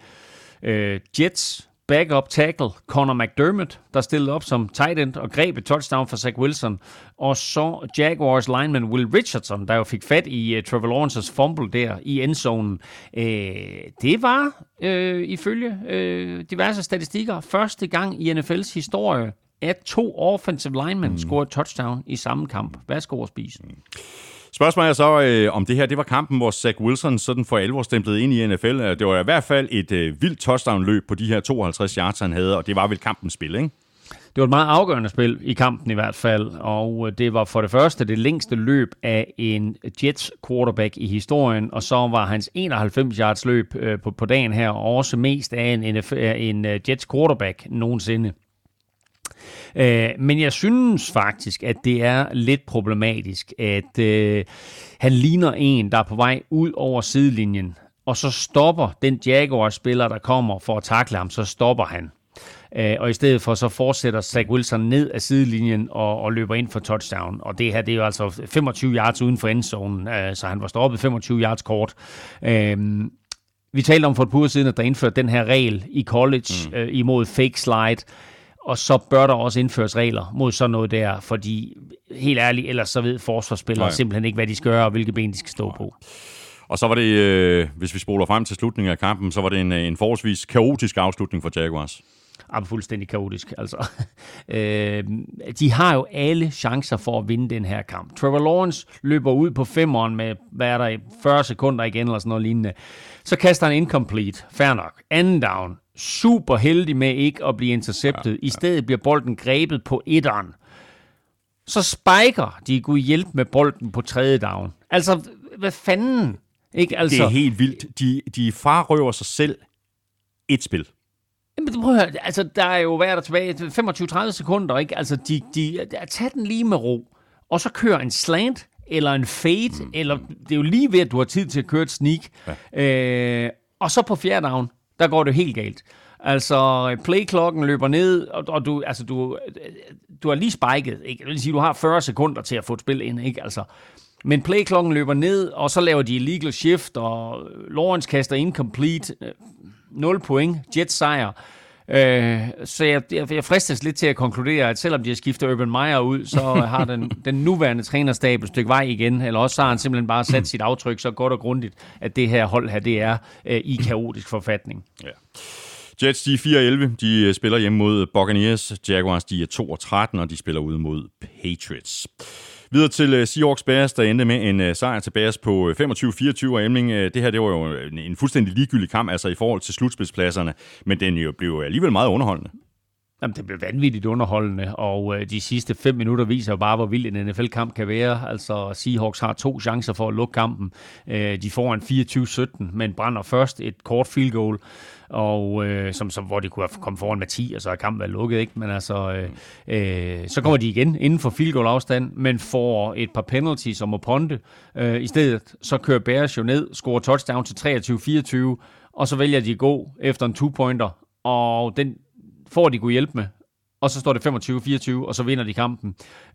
Jets backup tackle Connor McDermott, der stillede op som tight end og greb et touchdown for Zach Wilson. Og så Jaguars lineman Will Richardson, der jo fik fat i Trevor Lawrences fumble der i endzonen. Det var ifølge diverse statistikker første gang i NFL's historie, at 2 offensive linemen scorede touchdown i samme kamp. Værsgo at spise. Spørgsmålet er så, om det her det var kampen, hvor Zach Wilson sådan for alvor stemplede ind i NFL. Det var i hvert fald et vildt touchdown-løb på de her 52 yards, han havde, og det var vel kampens spil, ikke? Det var et meget afgørende spil i kampen i hvert fald, og det var for det første det længste løb af en Jets quarterback i historien, og så var hans 91 yards løb på dagen her også mest af en Jets quarterback nogensinde. Men jeg synes faktisk, at det er lidt problematisk, at han ligner en, der er på vej ud over sidelinjen, og så stopper den Jaguars-spiller, der kommer for at tackle ham, så stopper han. Og i stedet for så fortsætter Zach Wilson ned af sidelinjen og løber ind for touchdown. Og det her, det er jo altså 25 yards uden for endzonen, så han var stoppet 25 yards kort. Vi talte om for et par uger siden, at der indførte den her regel i college imod fake slide. Og så bør der også indføres regler mod sådan noget der, fordi helt ærligt, ellers så ved forsvarsspillere simpelthen ikke, hvad de skal gøre, og hvilke ben de skal stå på. Og så var det, hvis vi spoler frem til slutningen af kampen, så var det en forholdsvis kaotisk afslutning for Jaguars. Fuldstændig kaotisk, altså. De har jo alle chancer for at vinde den her kamp. Trevor Lawrence løber ud på 5'eren med, 40 sekunder igen, eller sådan noget lignende. Så kaster han incomplete. Fair nok. Anden down. Super heldig med ikke at blive interceptet. I stedet bliver bolden grebet på 1'eren. så spiker de kunne hjælpe med bolden på 3. down. Altså, hvad fanden? Ikke? Altså, det er helt vildt. De frarøver sig selv et spil. Jamen, prøv at høre, altså, der er jo været der tilbage 25-30 sekunder, ikke? Altså, de tager den lige med ro, og så kører en slant, eller en fade, eller det er jo lige ved, at du har tid til at køre et sneak. Ja. Og så på 4. down, der går det helt galt. Altså, playklokken løber ned, og du har lige spiket, ikke? Det vil sige, du har 40 sekunder til at få et spil ind, ikke? Altså, men playklokken løber ned, og så laver de illegal shift, og Lawrence kaster incomplete, 0 point, Jets sejr. Så jeg fristes lidt til at konkludere, at selvom de har skiftet Urban Meyer ud, så har den nuværende trænerstab et stykke vej igen, eller også har han simpelthen bare sat sit aftryk så godt og grundigt, at det her hold her, det er i kaotisk forfatning. Ja. Jets, de er 4-11. De spiller hjemme mod Buccaneers. Jaguars, de er 2-13, og de spiller ude mod Patriots. Videre til Seahawks Bears, der endte med en sejr til Bears på 25-24, og Emling, det her det var jo en fuldstændig ligegyldig kamp, altså i forhold til slutspilspladserne, men den jo blev alligevel meget underholdende. Jamen, det blev vanvittigt underholdende, og de sidste 5 minutter viser jo bare, hvor vild en NFL-kamp kan være. Altså, Seahawks har 2 chancer for at lukke kampen. De får en 24-17, men brænder først et kort field goal, og hvor de kunne have kommet foran med 10, og så er kampen været lukket, ikke? Men altså, så kommer de igen inden for field goal afstand, men får et par penalties og må ponte. I stedet så kører Bears jo ned, scorer touchdown til 23-24, og så vælger de at gå efter en 2-pointer, og den får de kunne hjælpe med, og så står det 25-24, og så vinder de kampen.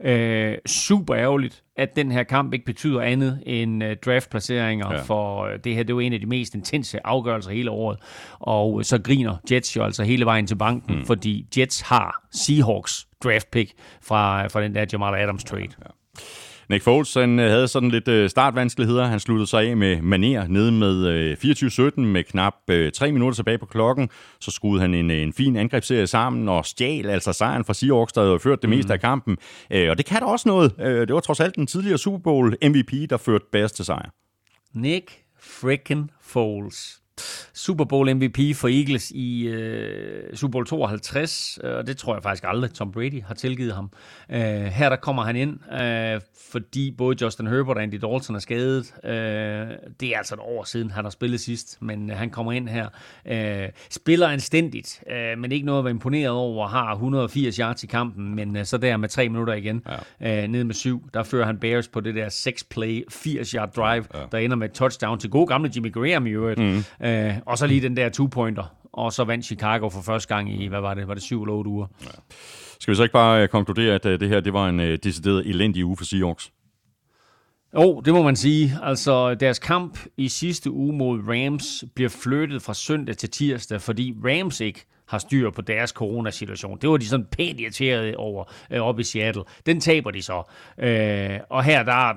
Super ærgerligt, at den her kamp ikke betyder andet end draftplaceringer, for det her, det er jo en af de mest intense afgørelser hele året, og så griner Jets jo altså hele vejen til banken, fordi Jets har Seahawks draft pick fra den der Jamal Adams trade. Ja. Nick Foles, han havde sådan lidt startvanskeligheder. Han sluttede sig af med maner nede med 24-17 med knap 3 minutter tilbage på klokken. Så skruede han en fin angrebsserie sammen og stjal altså sejren fra Seahawks, der havde ført det meste af kampen. Og det kan da også noget. Det var trods alt den tidligere Super Bowl MVP, der førte Bears til sejr. Nick frickin' Foles. Super Bowl MVP for Eagles i Super Bowl 52, og det tror jeg faktisk aldrig Tom Brady har tilgivet ham. Her der kommer han ind, fordi både Justin Herbert og Andy Dalton er skadet. Det er altså et år siden, han har spillet sidst, men han kommer ind her. Spiller anstændigt, men ikke noget at være imponeret over, har 180 yards i kampen, men så der med 3 minutter igen, ned med 7, der fører han Bears på det der 6-play, 80-yard drive, der ender med et touchdown til god gamle Jimmy Graham i øvrigt. Og så lige den der 2-pointer, og så vandt Chicago for første gang i, hvad var det 7 eller 8 uger. Ja. Skal vi så ikke bare konkludere, at det her det var en decideret elendig uge for Seahawks? Det må man sige. Altså, deres kamp i sidste uge mod Rams bliver flyttet fra søndag til tirsdag, fordi Rams ikke har styr på deres coronasituation. Det var de sådan pænt irriterede over oppe i Seattle. Den taber de så. Og her der,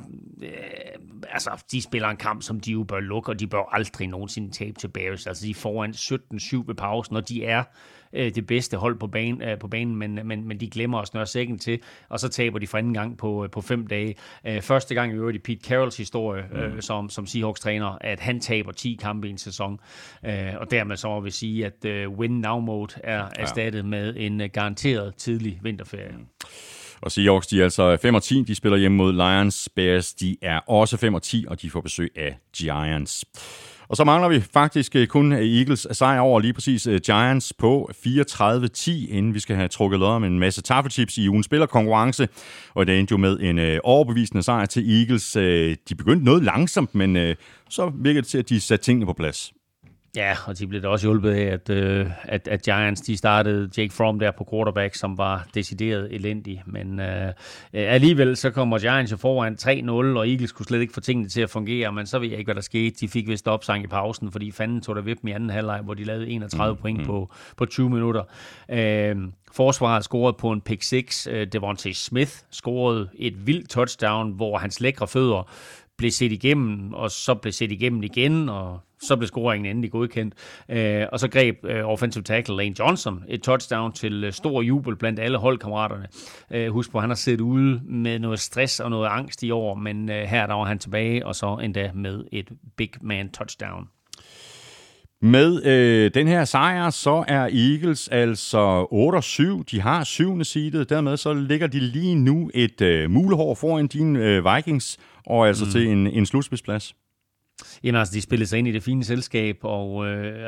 de spiller en kamp, som de jo bør lukke, og de bør aldrig nogensinde tabe til Bears. Altså, de er foran 17-7 ved pausen, og de er det bedste hold på banen, men de glemmer at snøre sækken til, og så taber de for anden gang på 5 dage. Første gang i øvrigt i Pete Carrolls historie som Seahawks-træner, at han taber 10 kampe i en sæson, og dermed så må vi sige, at win now mode er erstattet med en garanteret tidlig vinterferie. Og Seahawks, de er altså 5-10, de spiller hjemme mod Lions. Bears, de er også 5-10, og de får besøg af Giants. Og så mangler vi faktisk kun Eagles sejr over lige præcis Giants på 34-10, inden vi skal have trukket lod om en masse taffelchips i ugens spillerkonkurrence. Og det endte jo med en overbevisende sejr til Eagles. De begyndte noget langsomt, men så virkede det til, at de satte tingene på plads. Ja, og de blev da også hjulpet af, at Giants, de startede Jake Fromm der på quarterback, som var decideret elendig. Men alligevel så kommer Giants jo foran 3-0, og Eagles kunne slet ikke få tingene til at fungere, men så ved jeg ikke, hvad der skete. De fik vist opsang i pausen, fordi fanden tog der ved dem i anden halvleg, hvor de lavede 31 point på 20 minutter. Forsvaret scorede på en pick 6. Devontae Smith scorede et vildt touchdown, hvor hans lækre fødder blev set igennem, og så blev set igennem igen, og så blev scoringen endelig godkendt. Og så greb offensive tackle Lane Johnson et touchdown til stor jubel blandt alle holdkammeraterne. Husk på, han har siddet ude med noget stress og noget angst i år, men her der var han tilbage, og så endda med et big man touchdown. Med den her sejr, så er Eagles altså 8-7. De har 7. seedet. Dermed så ligger de lige nu et mulehår foran dine Vikings, og altså til en slutspidsplads. Jamen altså, de spillede sig ind i det fine selskab, og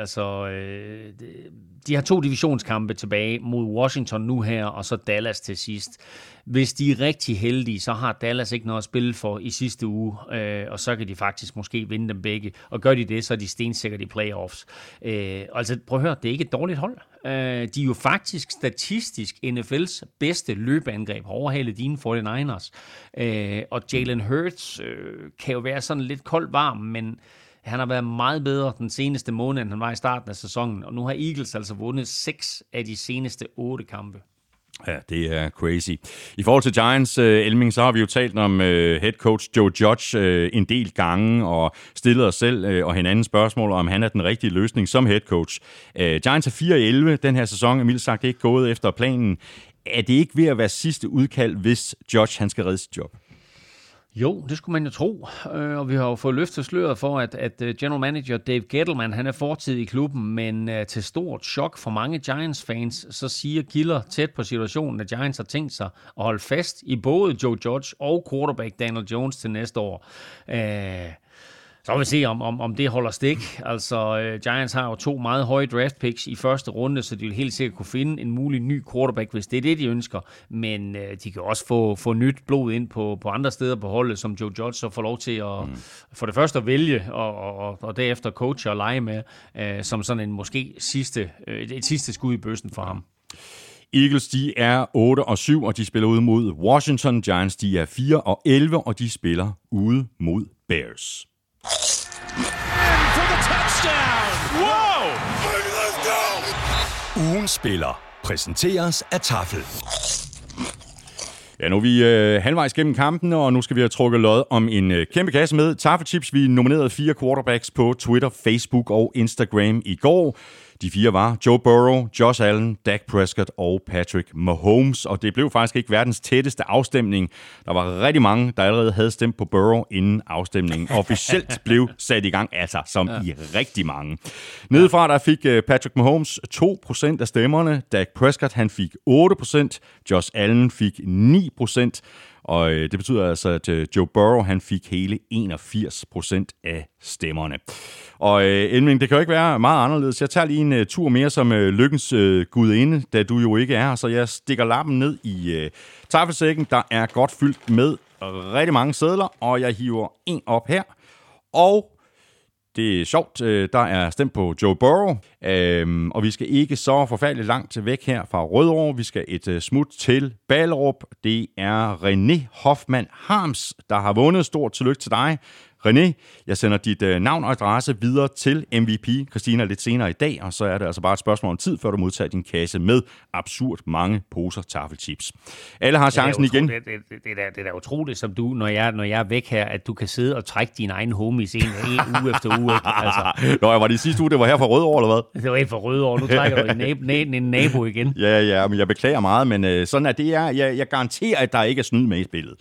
de har 2 divisionskampe tilbage mod Washington nu her, og så Dallas til sidst. Hvis de er rigtig heldige, så har Dallas ikke noget at spille for i sidste uge, og så kan de faktisk måske vinde dem begge. Og gør de det, så er de stensikkert i playoffs. Altså, prøv at høre, det er ikke et dårligt hold. De er jo faktisk statistisk NFL's bedste løbeangreb, har overhalet dine 49ers. Og Jalen Hurts kan jo være sådan lidt koldt varm, men han har været meget bedre den seneste måned, end han var i starten af sæsonen. Og nu har Eagles altså vundet 6 af de seneste 8 kampe. Ja, det er crazy. I forhold til Giants, Elming, så har vi jo talt om head coach Joe Judge en del gange, og stillet os selv og hinanden spørgsmål, om han er den rigtige løsning som head coach. Giants er 4-11 den her sæson, er mildt sagt ikke gået efter planen. Er det ikke ved at være sidste udkald, hvis Judge han skal redde sit job? Jo, det skulle man jo tro, og vi har jo fået løftet sløret for, at general manager Dave Gettleman, han er fortid i klubben, men til stort chok for mange Giants-fans, så siger kilder tæt på situationen, at Giants har tænkt sig at holde fast i både Joe Judge og quarterback Daniel Jones til næste år. Så vil vi se, om det holder stik. Altså, Giants har jo 2 meget høje draft picks i første runde, så de vil helt sikkert kunne finde en mulig ny quarterback, hvis det er det, de ønsker. Men de kan også få nyt blod ind på andre steder på holdet, som Joe Judge så får lov til at for det første at vælge, og derefter coache og lege med, som sådan en måske et sidste skud i bøssen for ham. Eagles, de er 8-7, og de spiller ude mod Washington. Giants, de er 4-11, og de spiller ude mod Bears. Ugens spiller præsenteres af Tafel. Ja, nu er vi halvvejs gennem kampen, og nu skal vi have trukket lod om en kæmpe kasse med Taffelchips. Vi nominerede 4 quarterbacks på Twitter, Facebook og Instagram i går. De 4 var Joe Burrow, Josh Allen, Dak Prescott og Patrick Mahomes, og det blev faktisk ikke verdens tætteste afstemning. Der var rigtig mange, der allerede havde stemt på Burrow, inden afstemningen officielt blev sat i gang, altså som i rigtig mange. Nedefra der fik Patrick Mahomes 2% af stemmerne, Dak Prescott han fik 8%, Josh Allen fik 9%, og det betyder altså, at Joe Burrow han fik hele 81% af stemmerne. Og Elming, det kan jo ikke være meget anderledes. Jeg tager lige en tur mere som lykkens gudinde, da du jo ikke er, så jeg stikker lappen ned i taffelsækken. Der er godt fyldt med rigtig mange sedler, og jeg hiver en op her. Og det er sjovt, der er stemt på Joe Burrow, og vi skal ikke så forfærdeligt langt væk her fra Rødovre. Vi skal et smut til Ballerup. Det er René Hoffmann Harms, der har vundet. Stort tillykke til dig, René. Jeg sender dit navn og adresse videre til MVP Christina lidt senere i dag, og så er det altså bare et spørgsmål om tid, før du modtager din kasse med absurd mange poser taffelchips. Alle har chancen igen. Det er da utroligt, som du, når jeg er væk her, at du kan sidde og trække dine egne homies en uge efter uge. Ikke? Altså. Nå, var det sidste uge, det var her fra Rødovre, eller hvad? Det var en fra Rødovre, nu trækker du en nabo igen. Ja, men jeg beklager meget, men sådan er det. Jeg garanterer, at der ikke er snyd med i spillet.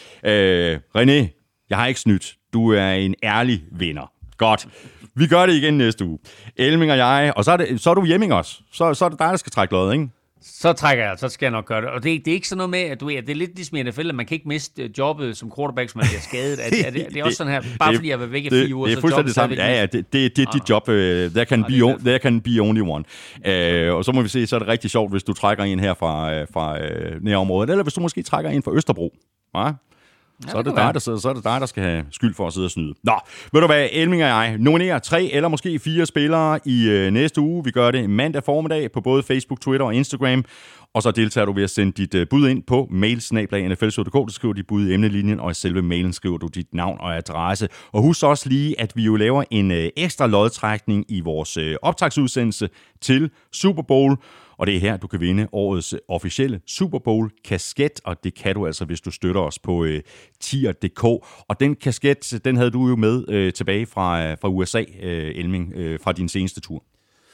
René, jeg har ikke snydt. Du er en ærlig vinder. Godt. Vi gør det igen næste uge. Elming og jeg, og så er du Hjemming også. Så er det dig, der skal trække lod, ikke? Så skal jeg nok gøre det. Og det er ikke sådan noget med, at det er lidt ligesom i NFL, at man kan ikke miste jobbet som quarterback, som man bliver skadet. Det er også sådan her, bare fordi jeg var væk i 4 uger, det er fuldstændig det samme. Ja, det er dit job. There can be only one. Og så må vi se, så er det rigtig sjovt, hvis du trækker en her fra nærområdet, eller hvis du måske trækker en fra Østerbro. Ja? Så er det dig, der skal have skyld for at sidde og snyde. Nå, ved du hvad, Elming og jeg nominerer 3 eller måske 4 spillere i næste uge. Vi gør det mandag formiddag på både Facebook, Twitter og Instagram. Og så deltager du ved at sende dit bud ind på mail@nfl.dk. Du skriver dit bud i emnelinjen, og i selve mailen skriver du dit navn og adresse. Og husk også lige, at vi jo laver en ekstra lodtrækning i vores optagsudsendelse til Super Bowl. Og det er her, du kan vinde årets officielle Super Bowl-kasket, og det kan du altså, hvis du støtter os på tier.dk. Og den kasket, den havde du jo med tilbage fra USA, Elming, fra din seneste tur.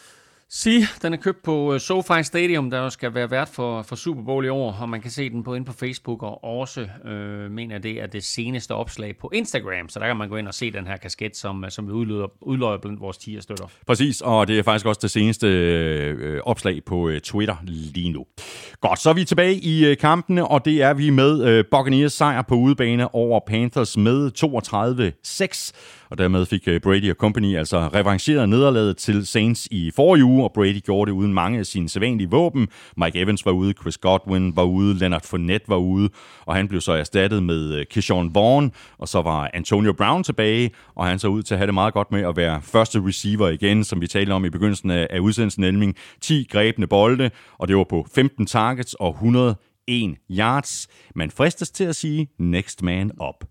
Den er købt på SoFi Stadium, der jo skal være vært for Super Bowl i år, og man kan se den inde på Facebook, og også mener det er det seneste opslag på Instagram, så der kan man gå ind og se den her kasket, som vi udløjer blandt vores tier-støtter. Præcis, og det er faktisk også det seneste opslag på Twitter lige nu. Godt, så er vi tilbage i kampene, og det er vi med Buccaneers sejr på udebane over Panthers med 32-6. Og dermed fik Brady og company altså revancheret nederlaget til Saints i forrige uge, og Brady gjorde det uden mange af sine sædvanlige våben. Mike Evans var ude, Chris Godwin var ude, Leonard Fournette var ude, og han blev så erstattet med Keyshawn Vaughn, og så var Antonio Brown tilbage, og han så ud til at have det meget godt med at være første receiver igen, som vi talte om i begyndelsen af udsendelsen, Elming. 10 grebne bolde, og det var på 15 targets og 101 yards. Man fristes til at sige next man up.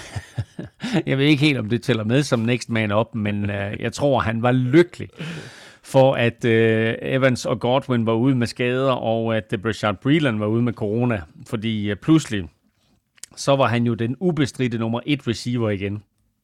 Jeg ved ikke helt, om det tæller med som next man up, men jeg tror, han var lykkelig for, at Evans og Godwin var ude med skader, og at Brashad Breeland var ude med corona, fordi pludselig så var han jo den ubestridte nummer 1 receiver igen.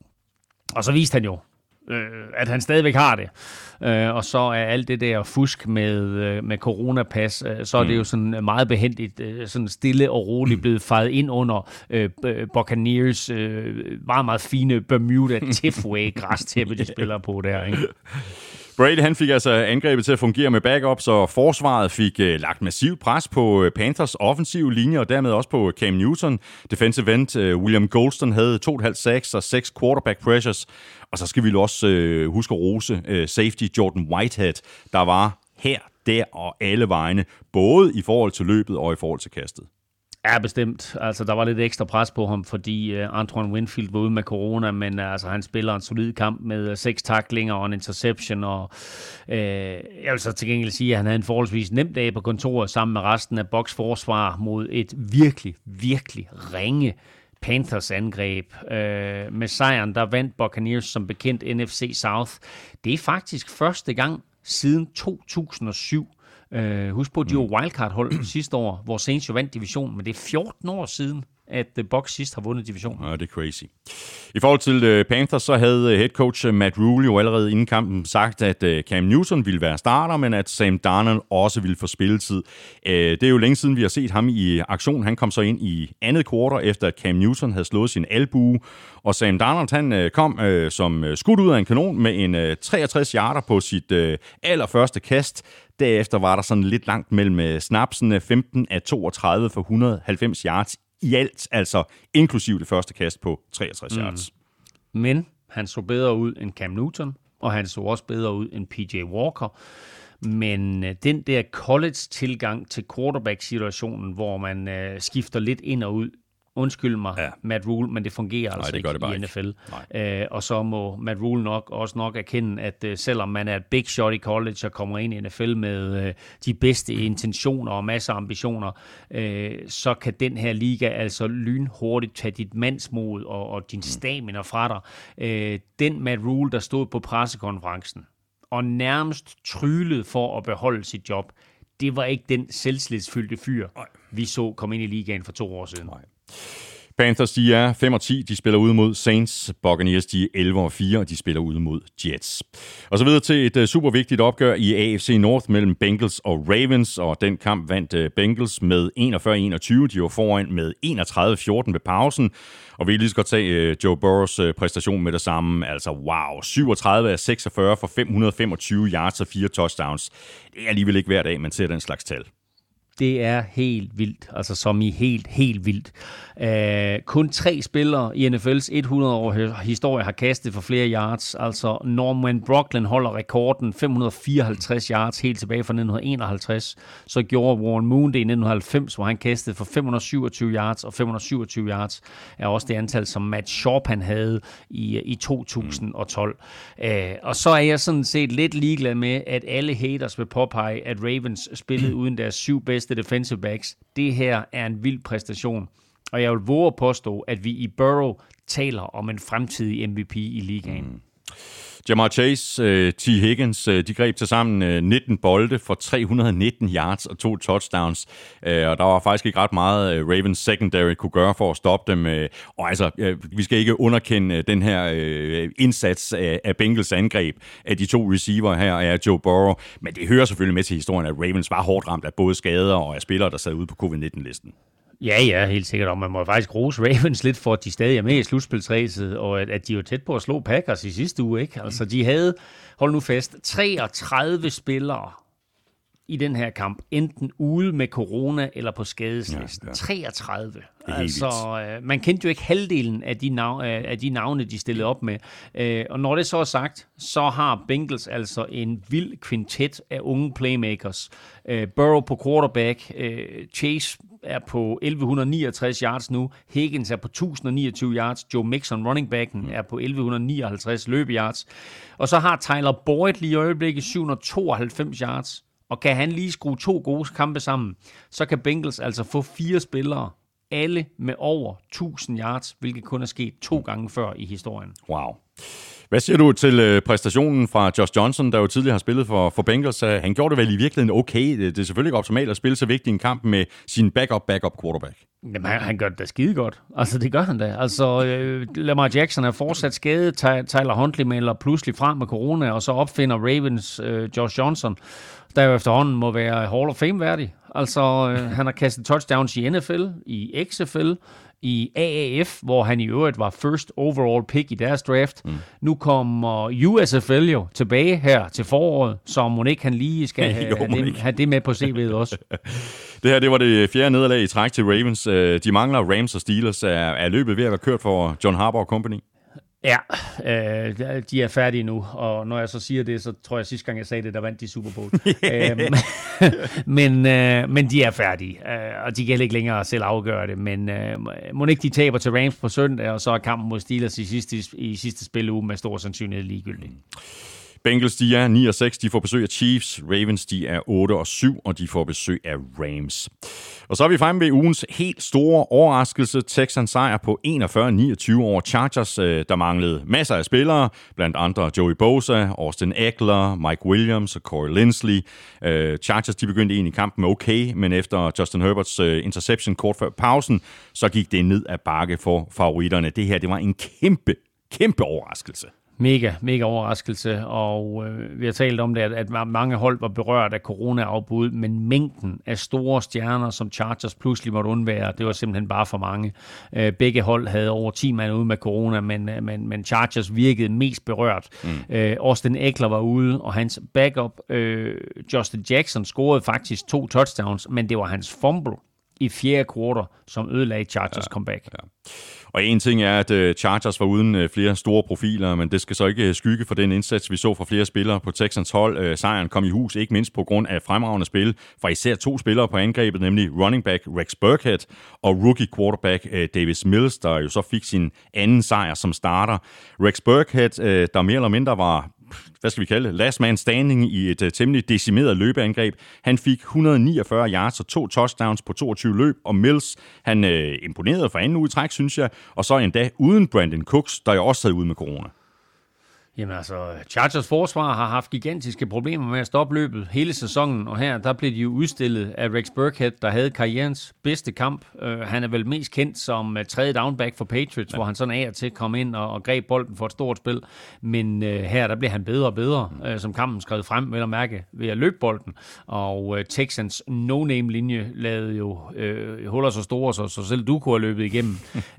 Og så viste han jo, at han stadigvæk har det. Og så er alt det der fusk med coronapas, så er det jo sådan meget behændigt, sådan stille og roligt blevet fejet ind under Buccaneers meget, meget fine Bermuda Tifway-græstæppe, de spiller på der, ikke? Brady han fik altså angrebet til at fungere med backups, og forsvaret fik lagt massivt pres på Panthers offensive linje, og dermed også på Cam Newton. Defensive end William Golston havde 2,5 sacks og 6 quarterback pressures. Og så skal vi også huske at rose safety Jordan Whitehead, der var her, der og alle vegne, både i forhold til løbet og i forhold til kastet. Ja, bestemt. Altså, der var lidt ekstra pres på ham, fordi Antoine Winfield var ude med corona, men altså, han spiller en solid kamp med 6 tacklinger og en interception, og jeg vil så til gengæld sige, at han havde en forholdsvis nem dag på kontoret sammen med resten af Bucs forsvar mod et virkelig, virkelig ringe Panthers angreb. Med sejren, der vandt Buccaneers som bekendt NFC South. Det er faktisk første gang siden 2007. Husk på, at de var wildcard-hold sidste år, hvor Saints jo vandt divisionen, men det er 14 år siden, at Bucs sidst har vundet divisionen. Ja, det er crazy. I forhold til Panthers, så havde head coach Matt Rhule jo allerede inden kampen sagt, at Cam Newton ville være starter, men at Sam Darnold også ville få spilletid. Det er jo længe siden, vi har set ham i aktion. Han kom så ind i andet kvartal, efter at Cam Newton havde slået sin albue, og Sam Darnold han kom som skudt ud af en kanon med en 63 yarder på sit allerførste kast. Derefter var der sådan lidt langt mellem snapsene, 15 af 32 for 190 yards i alt, altså inklusiv det første kast på 63 yards. Men han så bedre ud end Cam Newton, og han så også bedre ud end PJ Walker. Men den der college-tilgang til quarterback-situationen, hvor man skifter lidt ind og ud, undskyld mig, ja. Matt Rhule, men det fungerer altså ikke i NFL. Og så må Matt Rhule nok erkende, at selvom man er et big shot i college og kommer ind i NFL med de bedste intentioner og masser af ambitioner, så kan den her liga altså lynhurtigt tage dit mandsmod og din stamina fra dig. Den Matt Rhule, der stod på pressekonferencen og nærmest tryllede for at beholde sit job, det var ikke den selvslidsfyldte fyr, vi så komme ind i ligaen for 2 år siden. Nej. Panthers, de er 5-10, de spiller ude mod Saints. Buccaneers, de er 11-4, og de spiller ude mod Jets. Og så videre til et super vigtigt opgør i AFC North mellem Bengals og Ravens, og den kamp vandt Bengals med 41-21. De var foran med 31-14 ved pausen, og vi kan lige så godt tage Joe Burrows præstation med det samme. Altså wow, 37 af 46 for 525 yards og 4 touchdowns. Det er alligevel ikke hver dag, man ser den slags tal. Det er helt vildt, altså som i helt vildt. Kun 3 spillere i NFL's 100-årige historie har kastet for flere yards. Altså Norman Brocklin holder rekorden, 554 yards helt tilbage fra 1951. Så gjorde Warren Moon det i 1990, hvor han kastede for 527 yards, og 527 yards er også det antal, som Matt Sharp han havde i 2012. Og så er jeg sådan set lidt ligeglad med, at alle haters vil påpege, at Ravens spillede uden deres 7 bedste defensive backs. Det her er en vild præstation, og jeg vil våge at påstå, at vi i Burrow taler om en fremtidig MVP i ligaen. Jamar Chase, T. Higgins, de greb til sammen 19 bolde for 319 yards og 2 touchdowns. Og der var faktisk ikke ret meget Ravens secondary kunne gøre for at stoppe dem. Og altså, vi skal ikke underkende den her indsats af Bengals angreb af de 2 receiver her af Joe Burrow. Men det hører selvfølgelig med til historien, at Ravens var hårdt ramt af både skader og af spillere, der sad ude på COVID-19-listen. Ja, helt sikkert. Og man må faktisk rose Ravens lidt for, at de stadig er med i slutspilsræset, og at de var tæt på at slå Packers i sidste uge, ikke? Altså, de havde, hold nu fast, 33 spillere i den her kamp, enten ude med corona eller på skadeslisten. Ja. 33. Altså, man kendte jo ikke halvdelen af de navne, de stillede op med. Og når det så er sagt, så har Bengals altså en vild kvintet af unge playmakers. Burrow på quarterback, Chase er på 1169 yards nu, Higgins er på 1029 yards, Joe Mixon, running backen, er på 1159 løbeyards. Og så har Tyler Boyd lige i øjeblikket 792 yards. Og kan han lige skrue 2 gode kampe sammen, så kan Bengals altså få 4 spillere, alle med over 1000 yards, hvilket kun er sket 2 gange før i historien. Wow. Hvad siger du til præstationen fra Josh Johnson, der jo tidligere har spillet for Bengals? Han gjorde det vel i virkeligheden okay. Det er selvfølgelig ikke optimalt at spille så vigtig en kamp med sin backup quarterback. Jamen, han gør det da skide godt. Altså, det gør han da. Altså, Lamar Jackson er fortsat skadet. Tyler Huntley melder pludselig frem med corona, og så opfinder Ravens Josh Johnson, der jo efterhånden må være Hall of Fame-værdig. Altså, han har kastet touchdowns i NFL, i XFL, i AAF, hvor han i øvrigt var first overall pick i deres draft. Nu kommer USFL jo tilbage her til foråret, så må ikke han lige skal have det med på CV'et også. Det her, det var det 4. nederlag i træk til Ravens. De mangler Rams og Steelers. Er løbet ved at være kørt for John Harbaugh Company? Ja, de er færdige nu, og når jeg så siger det, så tror jeg sidste gang jeg sagde det, der vandt de Super Bowl. Men de er færdige, og de kan ikke længere selv afgøre det, men må ikke de taber til Rams på søndag, og så er kampen mod Steelers i sidste spilleuge med stor sandsynlighed ligegyldig. Bengals, de er 9-6, de får besøg af Chiefs. Ravens, de er 8-7, og de får besøg af Rams. Og så er vi fremme ved ugens helt store overraskelse. Texans sejr på 41-29 over Chargers, der manglede masser af spillere, blandt andre Joey Bosa, Austin Eckler, Mike Williams og Corey Linsley. Chargers, de begyndte egentlig kampen med okay, men efter Justin Herberts interception kort før pausen, så gik det ned ad bakke for favoritterne. Det her, det var en kæmpe overraskelse. Mega overraskelse, og vi har talt om det, at mange hold var berørt af corona-afbud, men mængden af store stjerner, som Chargers pludselig måtte undvære, det var simpelthen bare for mange. Begge hold havde over 10 mand ude med corona, men Chargers virkede mest berørt. Austin Eckler var ude, og hans backup, Justin Jackson, scorede faktisk 2 touchdowns, men det var hans fumble i 4. kvartal, som ødelagde Chargers comeback. Ja. Og en ting er, at Chargers var uden flere store profiler, men det skal så ikke skygge for den indsats, vi så fra flere spillere på Texans hold. Sejren kom i hus, ikke mindst på grund af fremragende spil fra især 2 spillere på angrebet, nemlig running back Rex Burkhead og rookie quarterback Davis Mills, der jo så fik sin anden sejr som starter. Rex Burkhead, der mere eller mindre var, hvad skal vi kalde det, last man standing i et temmelig decimeret løbeangreb. Han fik 149 yards og 2 touchdowns på 22 løb, og Mills, han imponerede for anden uge i træk, synes jeg, og så endda uden Brandon Cooks, der jo også sad ude med corona. Jamen altså, Chargers forsvar har haft gigantiske problemer med at stoppe løbet hele sæsonen, og her der blev de jo udstillet af Rex Burkhead, der havde karrierens bedste kamp. Han er vel mest kendt som tredje downback for Patriots, hvor han sådan af og til kom ind og greb bolden for et stort spil. Men her der blev han bedre og bedre, som kampen skred frem, vel at mærke, ved at løbe bolden. Og Texans no-name-linje lavede jo huller så store, så selv du kunne have løbet igennem.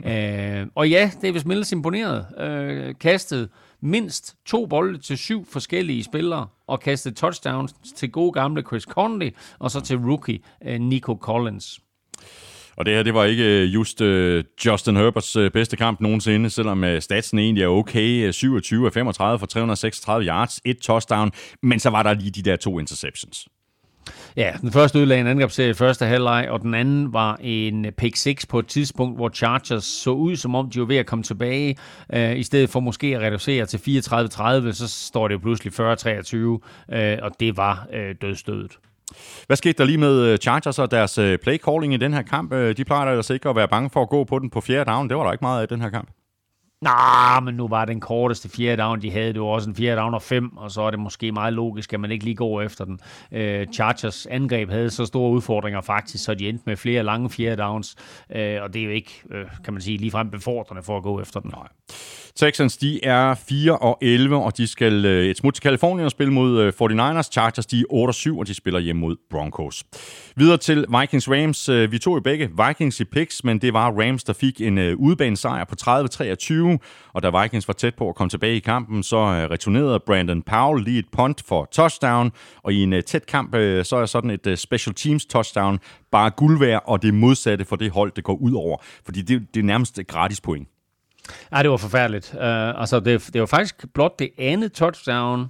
Og ja, Davis Mills imponeret. Kastet mindst 2 bolde til 7 forskellige spillere, og kastede touchdowns til gode gamle Chris Conley, og så til rookie Nico Collins. Og det her, det var ikke just Justin Herberts bedste kamp nogensinde, selvom statsen egentlig er okay. 27 af 35 for 336 yards, 1 touchdown, men så var der lige de der 2 interceptions. Ja, den første ødelagde en angrebsserie i første halvleg, og den anden var en pick 6 på et tidspunkt, hvor Chargers så ud, som om de var ved at komme tilbage. I stedet for måske at reducere til 34-30, så står det jo pludselig 40-23, og det var dødstødet. Hvad skete der lige med Chargers og deres play calling i den her kamp? De plejer altså ikke at være bange for at gå på den på 4. down. Det var der ikke meget af den her kamp. Men nu var den korteste 4. down, de havde. Det var også en 4. down og 5, og så er det måske meget logisk, at man ikke lige går efter den. Chargers angreb havde så store udfordringer faktisk, så de endte med flere lange 4. downs, og det er jo ikke, kan man sige, ligefrem befordrende for at gå efter den. Nej. Texans, de er 4-11, og de skal et smut til Californien og spille mod 49ers. Chargers, de er 8-7, og de spiller hjem mod Broncos. Videre til Vikings-Rams. Vi tog jo begge Vikings i picks, men det var Rams, der fik en udebanesejr på 30-23, og da Vikings var tæt på at komme tilbage i kampen, så returnerede Brandon Powell lige et punt for touchdown, og i en tæt kamp, så er sådan et special teams touchdown bare guld værd, og det modsatte for det hold, det går ud over, fordi det er nærmest gratis point. Ja, det var forfærdeligt. Det var faktisk blot det andet touchdown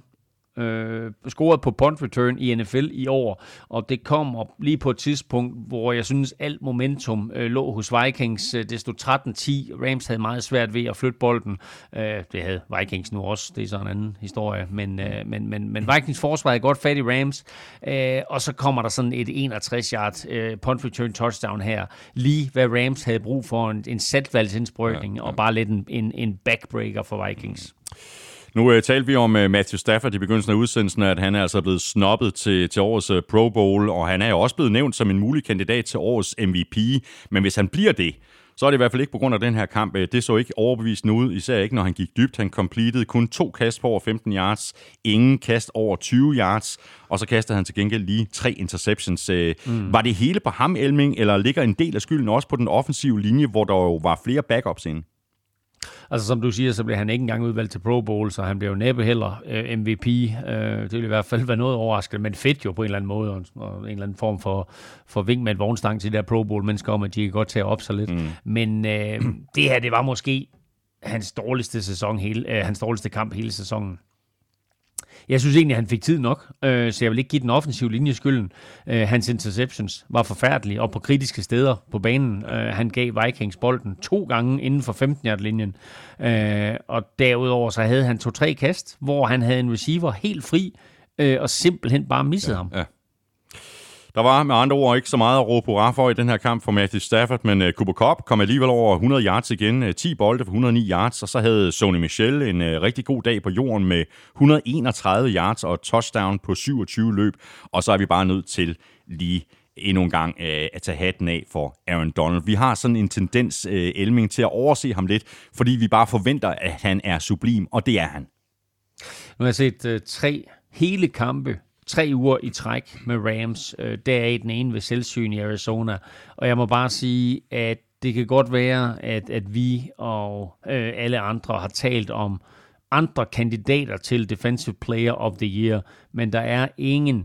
scoret på punt return i NFL i år, og det kom op lige på et tidspunkt, hvor jeg synes, alt momentum lå hos Vikings. Det stod 13-10. Rams havde meget svært ved at flytte bolden. Det havde Vikings nu også. Det er så en anden historie. Men Vikings forsvar er godt fat i Rams, og så kommer der sådan et 61-yard punt return touchdown her. Lige hvad Rams havde brug for, en saltvalgsindsprøjtning, og bare lidt en backbreaker for Vikings. Nu talte vi om Matthew Stafford i begyndelsen af udsendelsen, at han er altså blevet snobbet til årets Pro Bowl, og han er jo også blevet nævnt som en mulig kandidat til årets MVP. Men hvis han bliver det, så er det i hvert fald ikke på grund af den her kamp. Det så ikke overbevisende ud, især ikke når han gik dybt. Han completed kun 2 kast på over 15 yards, ingen kast over 20 yards, og så kastede han til gengæld lige 3 interceptions. Var det hele på ham, Elming, eller ligger en del af skylden også på den offensive linje, hvor der jo var flere backups inde? Altså som du siger, så blev han ikke engang udvalgt til Pro Bowl, så han blev jo næppe heller MVP. Det ville i hvert fald være noget overraskende, men fedt jo på en eller anden måde, og en eller anden form for vink med et vognstang til de der Pro Bowl-mennesker om, at de kan godt tage op sig lidt. Men det her, det var måske hans dårligste kamp hele sæsonen. Jeg synes egentlig, at han fik tid nok, så jeg vil ikke give den offensive linje skylden. Hans interceptions var forfærdelige, og på kritiske steder på banen. Han gav Vikings bolden 2 gange inden for 15-yard-linjen. Og derudover så havde han 2-3 kast, hvor han havde en receiver helt fri, og simpelthen bare missede ham. Ja. Der var med andre ord ikke så meget at råbe hurra for i den her kamp for Matthew Stafford, men Cooper Kupp kom alligevel over 100 yards igen, 10 bolde for 109 yards, og så havde Sony Michel en rigtig god dag på jorden med 131 yards og touchdown på 27 løb, og så er vi bare nødt til lige endnu en gang at tage hatten af for Aaron Donald. Vi har sådan en tendens, Elming, til at overse ham lidt, fordi vi bare forventer, at han er sublim, og det er han. Nu har jeg set 3 hele kampe 3 uger i træk med Rams, deraf den ene ved selvsyn i Arizona. Og jeg må bare sige, at det kan godt være, at vi og alle andre har talt om andre kandidater til Defensive Player of the Year, men der er ingen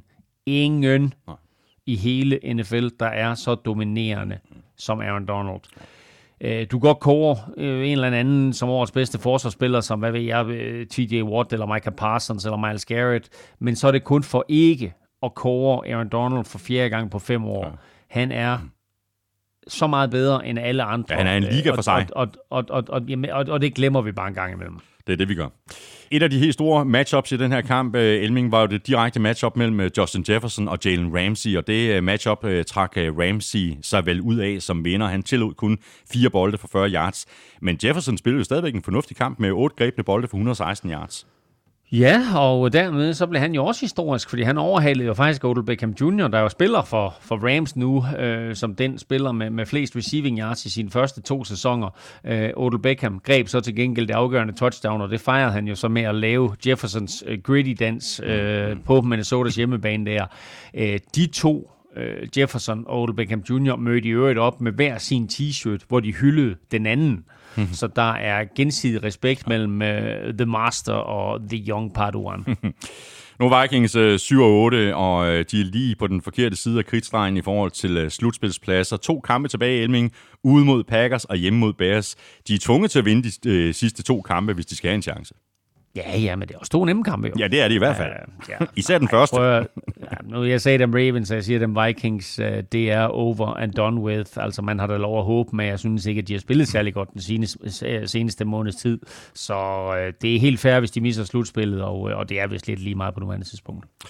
i hele NFL, der er så dominerende som Aaron Donald. Du kan godt kåre en eller anden som årets bedste forsvarsspiller, som hvad ved jeg, TJ Watt eller Micah Parsons eller Myles Garrett, men så er det kun for ikke at kåre Aaron Donald for 4. gang på 5 år. Ja. Han er så meget bedre end alle andre. Ja, han er en liga for sig. Og det glemmer vi bare en gang imellem. Det er det, vi gør. Et af de helt store matchups i den her kamp, Elming, var jo det direkte matchup mellem Justin Jefferson og Jalen Ramsey, og det matchup trak Ramsey sig vel ud af som vinder. Han tillod kun 4 bolde for 40 yards, men Jefferson spillede jo stadigvæk en fornuftig kamp med 8 grebne bolde for 116 yards. Ja, og dermed så blev han jo også historisk, fordi han overhalede jo faktisk Odell Beckham Jr., der jo spiller for Rams nu, som den spiller med flest receiving yards i sine første 2 sæsoner. Odell Beckham greb så til gengæld det afgørende touchdown, og det fejrede han jo så med at lave Jeffersons gritty dans på Minnesotas hjemmebane der. De 2, Jefferson og Odell Beckham Jr., mødte i øvrigt op med hver sin t-shirt, hvor de hyldede den anden. Så der er gensidig respekt mellem The Master og The Young Padawan. Nu er Vikings 7-8, og de er lige på den forkerte side af kridtstregen i forhold til slutspilspladser. 2 kampe tilbage i Elming, ude mod Packers og hjemme mod Bears. De er tvunget til at vinde de sidste 2 kampe, hvis de skal have en chance. Ja, men det er også 2 nemme kampe, jo. Ja, det er det i hvert fald. Især den første. Nu jeg sagde dem Ravens, og jeg siger dem Vikings, det er over and done with. Altså, man har da lov at håbe, men jeg synes ikke, at de har spillet særlig godt den seneste måneds tid. Så det er helt fair, hvis de misser slutspillet, og det er vist lidt lige meget på nuværende tidspunkt.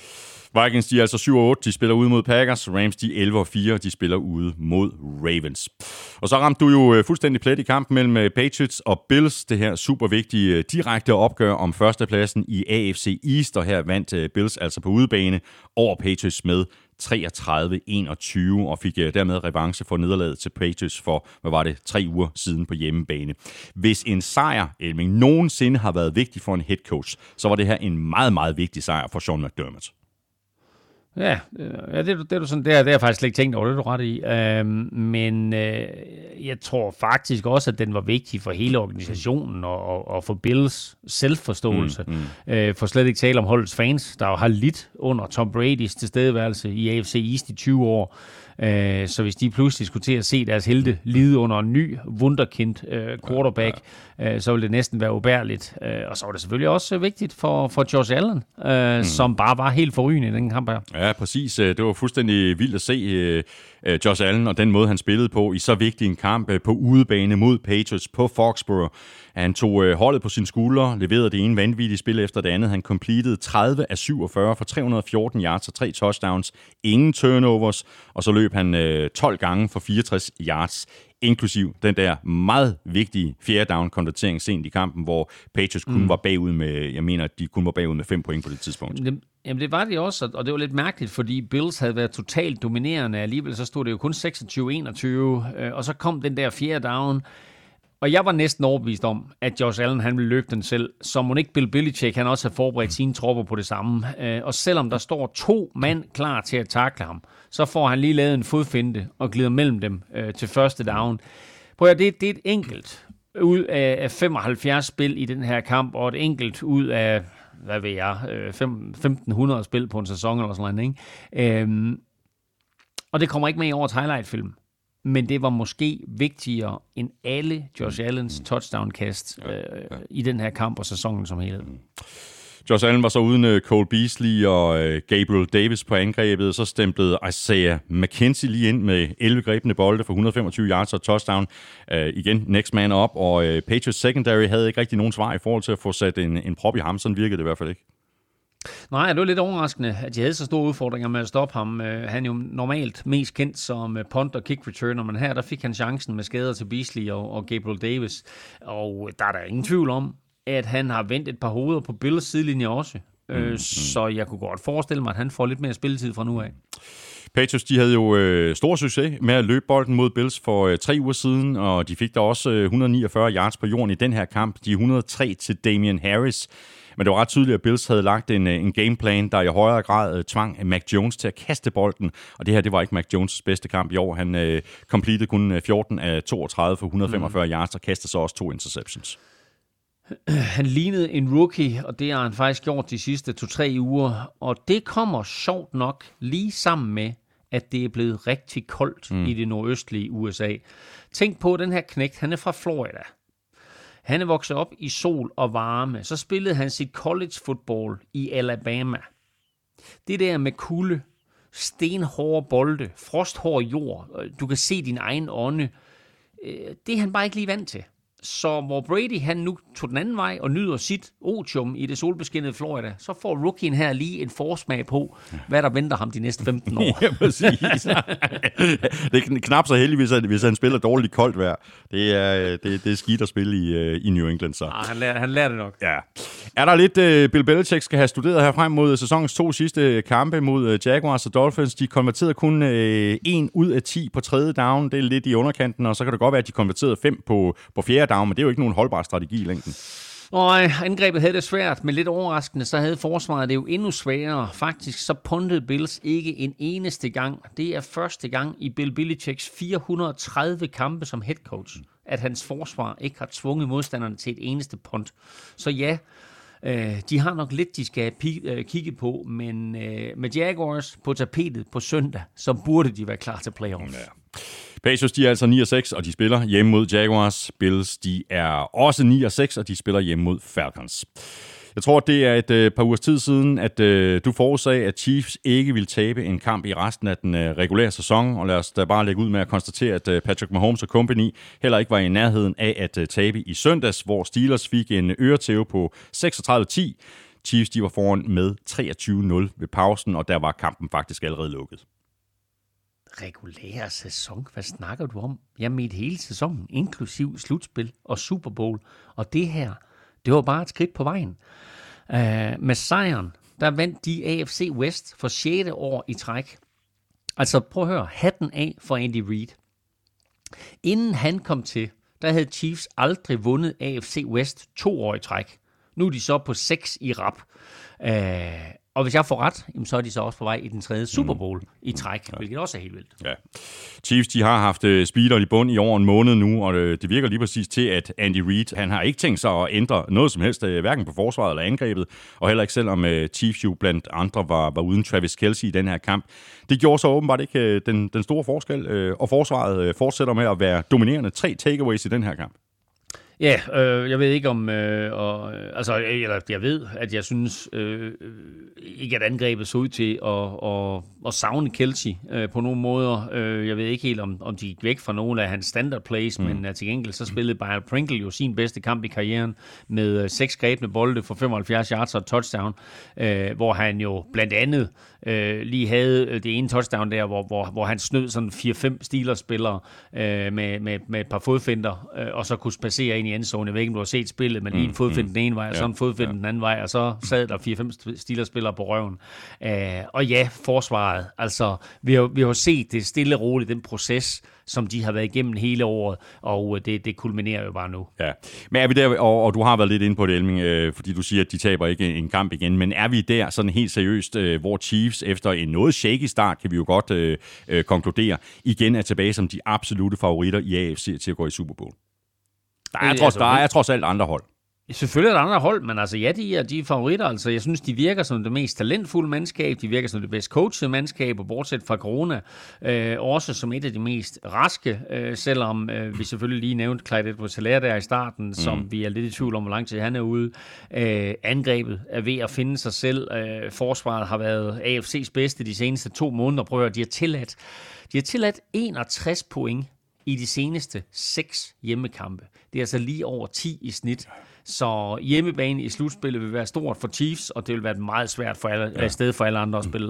Vikings, de er altså 7-8, de spiller ude mod Packers. Rams, de er 11-4, de spiller ude mod Ravens. Og så ramte du jo fuldstændig plet i kampen mellem Patriots og Bills. Det her super vigtige direkte opgør om førstepladsen i AFC East. Og her vandt Bills altså på udebane over Patriots med 33-21 og fik dermed revanche for nederlaget til Patriots for, 3 uger siden på hjemmebane. Hvis en sejr, Elming, nogensinde har været vigtig for en head coach, så var det her en meget, meget vigtig sejr for Sean McDermott. Ja, det er du sådan, det har jeg faktisk slet ikke tænkt over, det er du ret i. Men jeg tror faktisk også, at den var vigtig for hele organisationen og for Bills selvforståelse. For slet ikke tale om holdets fans, der jo har lidt under Tom Brady's tilstedeværelse i AFC East i 20 år. Så hvis de pludselig skulle til at se deres helte lide under en ny wunderkind quarterback, så ville det næsten være ubærligt. Og så var det selvfølgelig også vigtigt for Josh Allen, som bare var helt forrygende i den kamp her. Ja, præcis. Det var fuldstændig vildt at se Josh Allen og den måde, han spillede på i så vigtig en kamp på udebane mod Patriots på Foxborough. Han tog holdet på sine skuldre, leverede det ene vanvittige spil efter det andet. Han completed 30 af 47 for 314 yards og 3 touchdowns. Ingen turnovers, og så løb han 12 gange for 64 yards, inklusiv den der meget vigtige fjerde down konvertering sent i kampen, hvor Patriots kun var bagud med, jeg mener, at de kun var bagud med 5 point på det tidspunkt. Jamen det var det også, og det var lidt mærkeligt, fordi Bills havde været totalt dominerende. Alligevel så stod det jo kun 26-21, og så kom den der fjerde down. Og jeg var næsten overbevist om, at Josh Allen han ville løbe den selv, så må ikke Bill Belichick han også have forberedt sine tropper på det samme. Og selvom der står 2 mand klar til at tackle ham, så får han lige lavet en fodfinte og glider mellem dem til første down. Prøv at det er et enkelt ud af 75 spil i den her kamp, og et enkelt ud af, hvad ved jeg, 1.500 spil på en sæson eller sådan noget, ikke? Og det kommer ikke med i årets highlight-film. Men det var måske vigtigere end alle Josh Allens touchdown-kast i den her kamp og sæsonen som helhed. Josh Allen var så uden Cole Beasley og Gabriel Davis på angrebet. Så stemplede Isaiah McKenzie lige ind med 11 grebne bolde for 125 yards og touchdown. Igen, next man up. Og Patriots secondary havde ikke rigtig nogen svar i forhold til at få sat en prop i ham. Sådan virkede det i hvert fald ikke. Nej, det var lidt overraskende, at de havde så store udfordringer med at stoppe ham. Han er jo normalt mest kendt som punt og kick returner, men her der fik han chancen med skader til Beasley og Gabriel Davis. Og der er der ingen tvivl om, at han har vendt et par hoveder på Bills sidelinje også. Så jeg kunne godt forestille mig, at han får lidt mere spilletid fra nu af. Patriots, de havde jo stor succes med at løbe bolden mod Bills for 3 uger siden, og de fik da også 149 yards på jorden i den her kamp. De 103 til Damian Harris. Men det var ret tydeligt, at Bills havde lagt en gameplan, der i højere grad tvang Mac Jones til at kaste bolden. Og det her, det var ikke Mac Jones' bedste kamp i år. Han completed kun 14 af 32 for 145 yards og kastede så også 2 interceptions. Han lignede en rookie, og det har han faktisk gjort de sidste 2-3 uger. Og det kommer sjovt nok lige sammen med, at det er blevet rigtig koldt i det nordøstlige USA. Tænk på, den her knægt, han er fra Florida. Han er vokset op i sol og varme. Så spillede han sit college football i Alabama. Det der med kulde, stenhårde bolde, frosthård jord, du kan se din egen ånde, det er han bare ikke lige vant til. Så hvor Brady han nu tog den anden vej og nyder sit otium i det solbeskinnede Florida, så får rookien her lige en forsmag på, hvad der venter ham de næste 15 år. Ja, præcis. Det er knap så heldigt, hvis han spiller dårligt koldt vejr. Det er skidt at spille i New England. Så. Han lærer det nok. Ja. Er der lidt Bill Belichick skal have studeret her frem mod sæsonens 2 sidste kampe mod Jaguars og Dolphins? De konverterede kun 1 ud af 10 på tredje down. Det er lidt i underkanten, og så kan det godt være, at de konverterede 5 på fjerde down, men det er jo ikke nogen holdbar strategi i længden. Og angrebet havde det svært, men lidt overraskende, så havde forsvaret det jo endnu sværere. Faktisk så puntede Bills ikke en eneste gang. Det er første gang i Bill Belichicks 430 kampe som head coach, at hans forsvar ikke har tvunget modstanderne til et eneste punt. Så ja, de har nok lidt, de skal kigge på, men med Jaguars på tapetet på søndag, så burde de være klar til playoffs. Ja. Patriots, de er altså 9-6, og de spiller hjemme mod Jaguars. Bills, de er også 9-6, og de spiller hjemme mod Falcons. Jeg tror, det er et par ugers tid siden, at du forudsagde, at Chiefs ikke ville tabe en kamp i resten af den regulære sæson. Og lad os da bare lægge ud med at konstatere, at Patrick Mahomes og company heller ikke var i nærheden af at tabe i søndags, hvor Steelers fik en øretæve på 36-10. Chiefs de var foran med 23-0 ved pausen, og der var kampen faktisk allerede lukket. Regulære sæson? Hvad snakker du om? Jeg mente hele sæsonen, inklusiv slutspil og Super Bowl. Og det her, det var bare et skridt på vejen. Med sejren, der vandt de AFC West for 6. år i træk. Altså prøv at høre, hatten af for Andy Reid. Inden han kom til, der havde Chiefs aldrig vundet AFC West 2 år i træk. Nu er de så på 6 i rap. Og hvis jeg får ret, så er de så også på vej i den 3. Super Bowl i træk, hvilket også er helt vildt. Ja. Chiefs de har haft speeder i bund i over en måned nu, og det virker lige præcis til, at Andy Reid han har ikke tænkt sig at ændre noget som helst, hverken på forsvaret eller angrebet, og heller ikke selvom Chiefs jo blandt andre var uden Travis Kelce i den her kamp. Det gjorde så åbenbart ikke den store forskel, og forsvaret fortsætter med at være dominerende. 3 takeaways i den her kamp. Ja, jeg ved ikke om, jeg ved, at jeg synes ikke, at angrebet så ud til at savne Kelce på nogle måder. Jeg ved ikke helt, om de gik væk fra nogle af hans standard plays, men til gengæld så spillede Byron Pringle jo sin bedste kamp i karrieren med 6 grebne bolde for 75 yards og touchdown, hvor han jo blandt andet lige havde det ene touchdown der, hvor han snød sådan 4-5 Steelers-spillere med et par fodfinder, og så kunne spacere ind i endzone. Jeg ved ikke, om du har set spillet, men lige en fodfind den ene vej, og så en fodfind den anden vej, og så sad der 4-5 Steelers-spillere på røven. Og ja, forsvaret. Altså, vi har set det stille og roligt, den proces, som de har været igennem hele året, og det kulminerer jo bare nu. Ja, men er vi der, og du har været lidt inde på det, Elming, fordi du siger, at de taber ikke en kamp igen, men er vi der sådan helt seriøst, hvor Chiefs efter en noget shaky start, kan vi jo godt konkludere, igen er tilbage som de absolute favoritter i AFC til at gå i Super Bowl? Der er trods alt andre hold. Selvfølgelig er der andre hold, men altså ja, de er favoritter. Altså, jeg synes, de virker som det mest talentfulde mandskab. De virker som det bedst coachede mandskab, og bortset fra corona, også som et af de mest raske, selvom vi selvfølgelig lige nævnte Clyde Edwards-Helaire der i starten, som vi er lidt i tvivl om, hvor lang tid han er ude. Angrebet er ved at finde sig selv. Forsvaret har været AFC's bedste de seneste 2 måneder. Prøv at høre, de har tilladt 61 point i de seneste 6 hjemmekampe. Det er altså lige over 10 i snit. Så hjemmebane i slutspillet vil være stort for Chiefs, og det vil være et meget svært sted for alle andre at spille.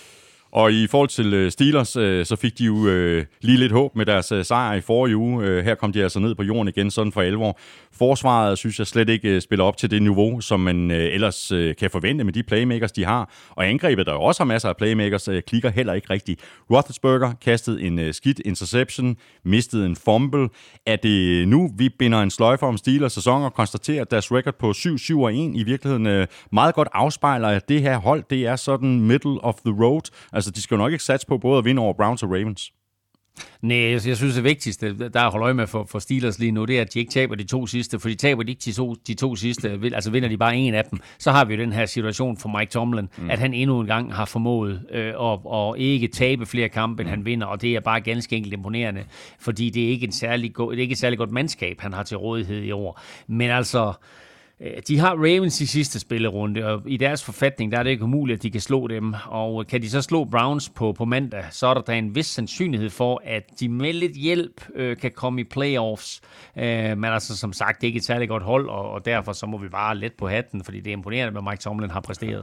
Og i forhold til Steelers, så fik de jo lige lidt håb med deres sejr i forrige uge. Her kom de altså ned på jorden igen, sådan for alvor. Forsvaret synes jeg slet ikke spiller op til det niveau, som man ellers kan forvente med de playmakers, de har. Og angrebet, der jo også har masser af playmakers, klikker heller ikke rigtigt. Roethlisberger kastede en skidt interception, mistede en fumble. Er det nu, vi binder en sløjfe om Steelers sæson og konstaterer, at deres record på 7-7-1 i virkeligheden meget godt afspejler, at det her hold, det er sådan middle of the road. Altså, de skal jo nok ikke satse på både at vinde over Browns og Ravens. Nej, jeg synes det vigtigste, der er at holde øje med for Steelers lige nu, det er, at de ikke taber de 2 sidste, for de taber de ikke de to sidste, altså vinder de bare en af dem. Så har vi jo den her situation for Mike Tomlin, at han endnu en gang har formået at ikke tabe flere kampe, end han vinder, og det er bare ganske enkelt imponerende, fordi det er ikke et særlig godt mandskab, han har til rådighed i år. Men altså, de har Ravens i sidste spillerunde, og i deres forfatning, der er det ikke umuligt, at de kan slå dem. Og kan de så slå Browns på mandag, så er der en vis sandsynlighed for, at de med lidt hjælp kan komme i playoffs. Men altså, som sagt, det er ikke et særligt godt hold, og derfor så må vi bare let på hatten, fordi det er imponerende, hvad Mike Tomlin har præsteret.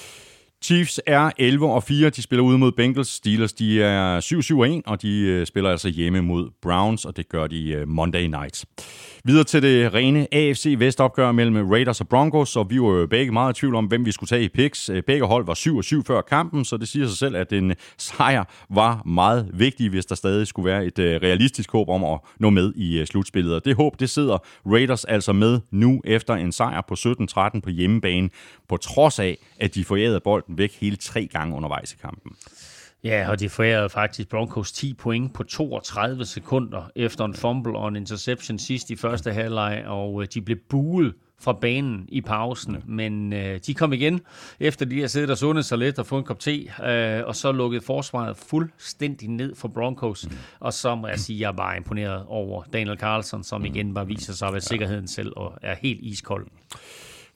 Chiefs er 11-4, de spiller ude mod Bengals. Steelers, de er 7-7-1, og de spiller altså hjemme mod Browns, og det gør de Monday night. Videre til det rene AFC Vest-opgør mellem Raiders og Broncos, og vi var jo begge meget i tvivl om, hvem vi skulle tage i picks. Begge hold var 7-7 før kampen, så det siger sig selv, at en sejr var meget vigtig, hvis der stadig skulle være et realistisk håb om at nå med i slutspillet. Og det håb, det sidder Raiders altså med nu efter en sejr på 17-13 på hjemmebane, på trods af, at de forærede bolden væk hele 3 gange undervejs i kampen. Ja, og de forærede faktisk Broncos 10 point på 32 sekunder efter en fumble og en interception sidst i første halvleg, og de blev buet fra banen i pausen, men de kom igen, efter de har siddet og sundet sig lidt og fået en kop te, og så lukkede forsvaret fuldstændig ned for Broncos, og så må jeg sige, at jeg er bare imponeret over Daniel Carlson, som igen bare viser sig at være sikkerheden selv og er helt iskold.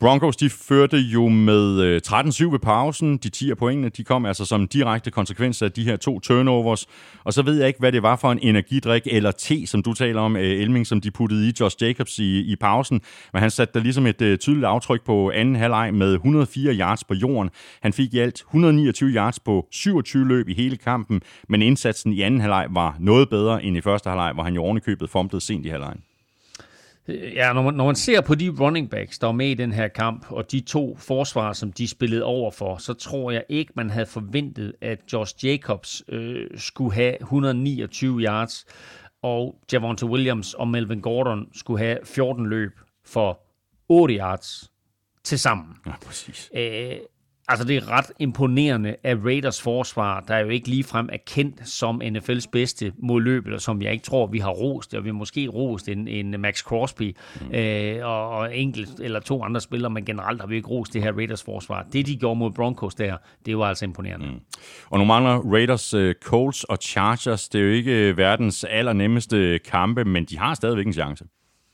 Broncos, de førte jo med 13-7 ved pausen. De 10 pointene, de kom altså som direkte konsekvens af de her 2 turnovers. Og så ved jeg ikke, hvad det var for en energidrik eller te, som du taler om, Elming, som de puttede i Josh Jacobs i pausen. Men han satte der ligesom et tydeligt aftryk på anden halvleg med 104 yards på jorden. Han fik i alt 129 yards på 27 løb i hele kampen, men indsatsen i anden halvleg var noget bedre end i første halvleg, hvor han jo ovenikøbet fumblede sent i halvlegen. Ja, når man ser på de running backs, der var med i den her kamp, og de 2 forsvar, som de spillede over for, så tror jeg ikke, man havde forventet, at Josh Jacobs skulle have 129 yards, og Javonte Williams og Melvin Gordon skulle have 14 løb for 8 yards til sammen. Ja, præcis. Altså, det er ret imponerende af Raiders forsvar, der jo ikke ligefrem er kendt som NFL's bedste mod løbet, og som jeg ikke tror, vi har rost. Og vi har måske rost en Max Crosby og enkelt eller 2 andre spillere, men generelt har vi ikke rost det her Raiders forsvar. Det, de gjorde mod Broncos der, det var altså imponerende. Og nu mangler Raiders Colts og Chargers. Det er jo ikke verdens allernemmeste kampe, men de har stadigvæk en chance.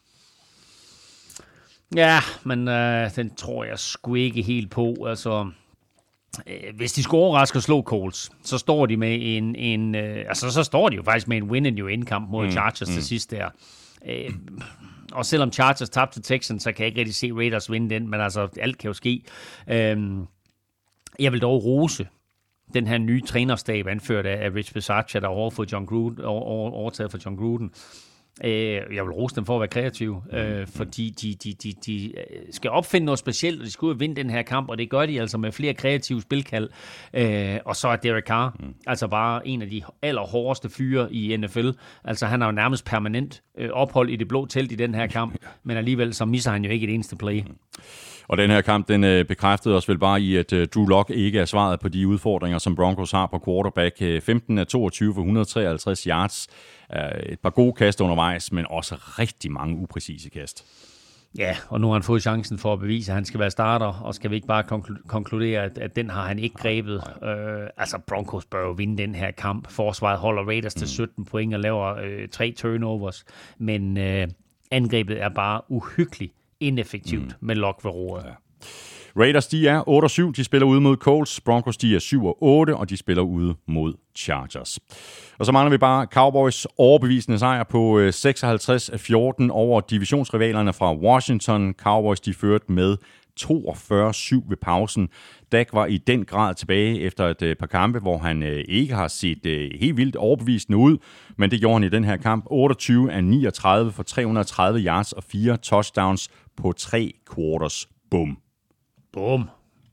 Ja, men den tror jeg sgu ikke helt på. Altså, hvis de skulle overraske og slå Colts, så står de med så står de jo faktisk med en win-and-you-in-kamp mod Chargers til sidst der. Og selvom Chargers tabte til Texans, så kan jeg ikke rigtig se Raiders vinde den, men altså, alt kan jo ske. Jeg vil dog rose den her nye trænerstab, anført af Rich Bisaccia, der overtaget for John Gruden. Jeg vil rose dem for at være kreative, fordi de skal opfinde noget specielt, og de skulle vinde den her kamp, og det gør de altså med flere kreative spilkald. Og så er Derek Carr altså bare en af de allerhårdeste fyre i NFL. Altså han har jo nærmest permanent ophold i det blå telt i den her kamp, men alligevel så misser han jo ikke et eneste play. Og den her kamp, den bekræftede os vel bare i, at Drew Lock ikke er svaret på de udfordringer, som Broncos har på quarterback. 15 af 22 for 153 yards. Et par gode kast undervejs, men også rigtig mange upræcise kast. Ja, og nu har han fået chancen for at bevise, at han skal være starter, og skal vi ikke bare konkludere, at den har han ikke grebet. Altså, Broncos bør jo vinde den her kamp. Forsvaret holder Raiders til 17 point og laver 3 turnovers, men angrebet er bare uhyggeligt ineffektivt med Lock ved roret. Ja. Raiders, de er 8-7, de spiller ude mod Colts. Broncos, de er 7-8, og de spiller ude mod Chargers. Og så mangler vi bare Cowboys overbevisende sejr på 56-14 over divisionsrivalerne fra Washington. Cowboys, de førte med 42-7 ved pausen. Dak var i den grad tilbage efter et par kampe, hvor han ikke har set helt vildt overbevisende ud, men det gjorde han i den her kamp. 28 af 39 for 330 yards og 4 touchdowns på 3 quarters. Bum. Bum.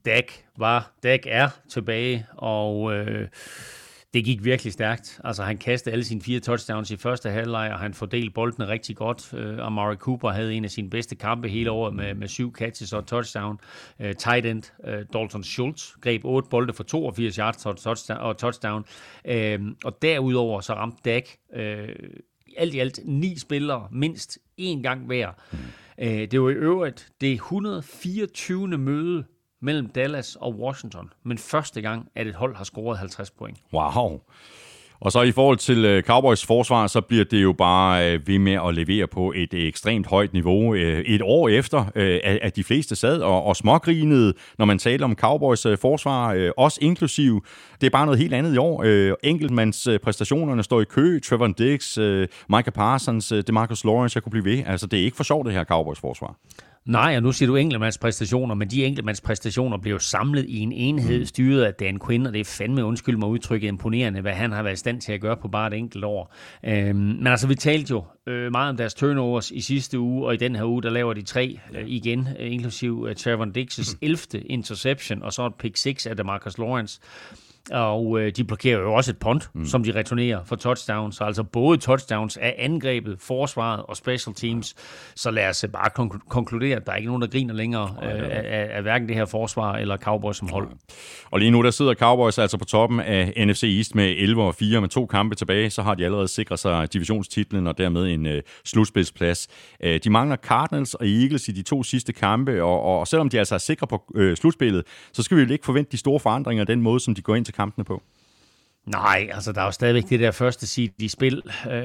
Dak er tilbage, og det gik virkelig stærkt. Altså, han kastede alle sine 4 touchdowns i første halvleg, og han fordelte boldene rigtig godt. Amari Cooper havde en af sine bedste kampe hele året med 7 catches og touchdown. Tight end Dalton Schultz greb 8 bolde for 82 yards og touchdown. Og derudover så ramte Dak alt i alt 9 spillere mindst 1 gang hver. Det var i øvrigt det 124. møde mellem Dallas og Washington, men første gang, at et hold har scoret 50 point. Wow. Og så i forhold til Cowboys forsvar, så bliver det jo bare ved med at levere på et ekstremt højt niveau. Et år efter, at de fleste sad og smågrinede, når man talte om Cowboys forsvar, også inklusiv. Det er bare noget helt andet i år. Enkeltmands præstationerne står i kø. Trevor Diggs, Micah Parsons, DeMarcus Lawrence, jeg kunne blive ved. Altså, det er ikke for sjovt, det her Cowboys forsvar. Nej, og nu siger du enkeltmandspræstationer, men de enkeltmandspræstationer bliver samlet i en enhed, styret af Dan Quinn, og det er fandme, undskyld mig udtrykket, imponerende, hvad han har været i stand til at gøre på bare et enkelt år. Men altså, vi talte jo meget om deres turnovers i sidste uge, og i den her uge, der laver de 3 igen, inklusiv Trevor Diggs' 11. interception, og så et pick 6 af DeMarcus Lawrence. Og de blokerer jo også et punt, som de returnerer for touchdowns. Så altså både touchdowns af angrebet, forsvaret og special teams. Så lad os bare konkludere, at der er ikke nogen, der griner længere af hverken det her forsvar eller Cowboys som hold. Og lige nu der sidder Cowboys altså på toppen af NFC East med 11-4 med 2 kampe tilbage. Så har de allerede sikret sig divisionstitlen og dermed en slutspilsplads. De mangler Cardinals og Eagles i de 2 sidste kampe. Og selvom de altså er sikre på slutspillet, så skal vi jo ikke forvente de store forandringer af den måde, som de går ind til kampene på. Nej, altså der er jo stadigvæk det der første seed i spil,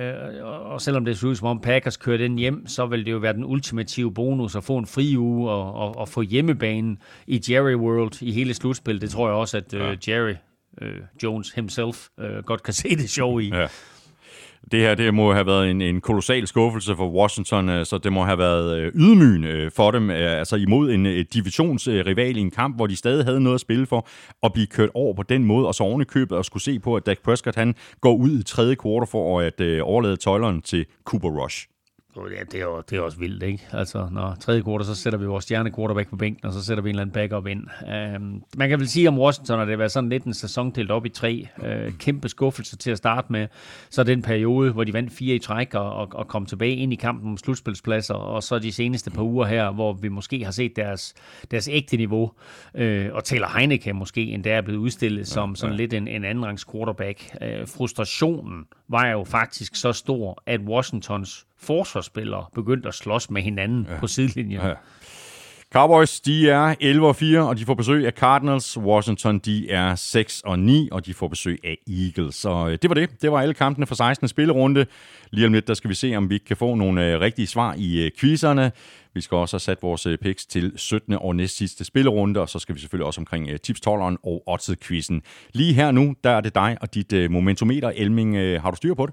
og selvom det ser ud som om Packers kører den hjem, så vil det jo være den ultimative bonus at få en fri uge og få hjemmebanen i Jerry World i hele slutspillet. Det tror jeg også, at Jerry Jones himself godt kan se det sjov i. Ja. Det her, det må have været en kolossal skuffelse for Washington, så det må have været ydmygende for dem, altså imod en divisionsrival i en kamp, hvor de stadig havde noget at spille for, at blive kørt over på den måde, og så oven i købet og skulle se på, at Dak Prescott, han går ud i tredje kvartal for at overlade tøjlerne til Cooper Rush. Ja, det er også vildt, ikke? Altså, når tredje kvartal, så sætter vi vores stjerne quarterback på bænken, og så sætter vi en eller anden backup ind. Man kan vel sige om Washington, at det har været sådan lidt en sæson delt op i 3. Kæmpe skuffelse til at starte med. Så den periode, hvor de vandt 4 i træk og kom tilbage ind i kampen om slutspilspladser, og så de seneste par uger her, hvor vi måske har set deres ægte niveau. Og Taylor Heineke måske endda er blevet udstillet som sådan lidt en andenrangs quarterback. Frustrationen var jo faktisk så stor, at Washingtons forsvarsspillere begyndte at slås med hinanden på sidelinjen. Ja. Cowboys, de er 11-4, og de får besøg af Cardinals. Washington, de er 6-9, og de får besøg af Eagles. Så det var det. Det var alle kampene for 16. spillerunde. Lige om lidt, der skal vi se, om vi kan få nogle rigtige svar i quizzerne. Vi skal også have sat vores picks til 17. og næst sidste spillerunde, og så skal vi selvfølgelig også omkring tipstolleren og oddset-quizzen. Lige her nu, der er det dig og dit momentometer. Elming, har du styr på det?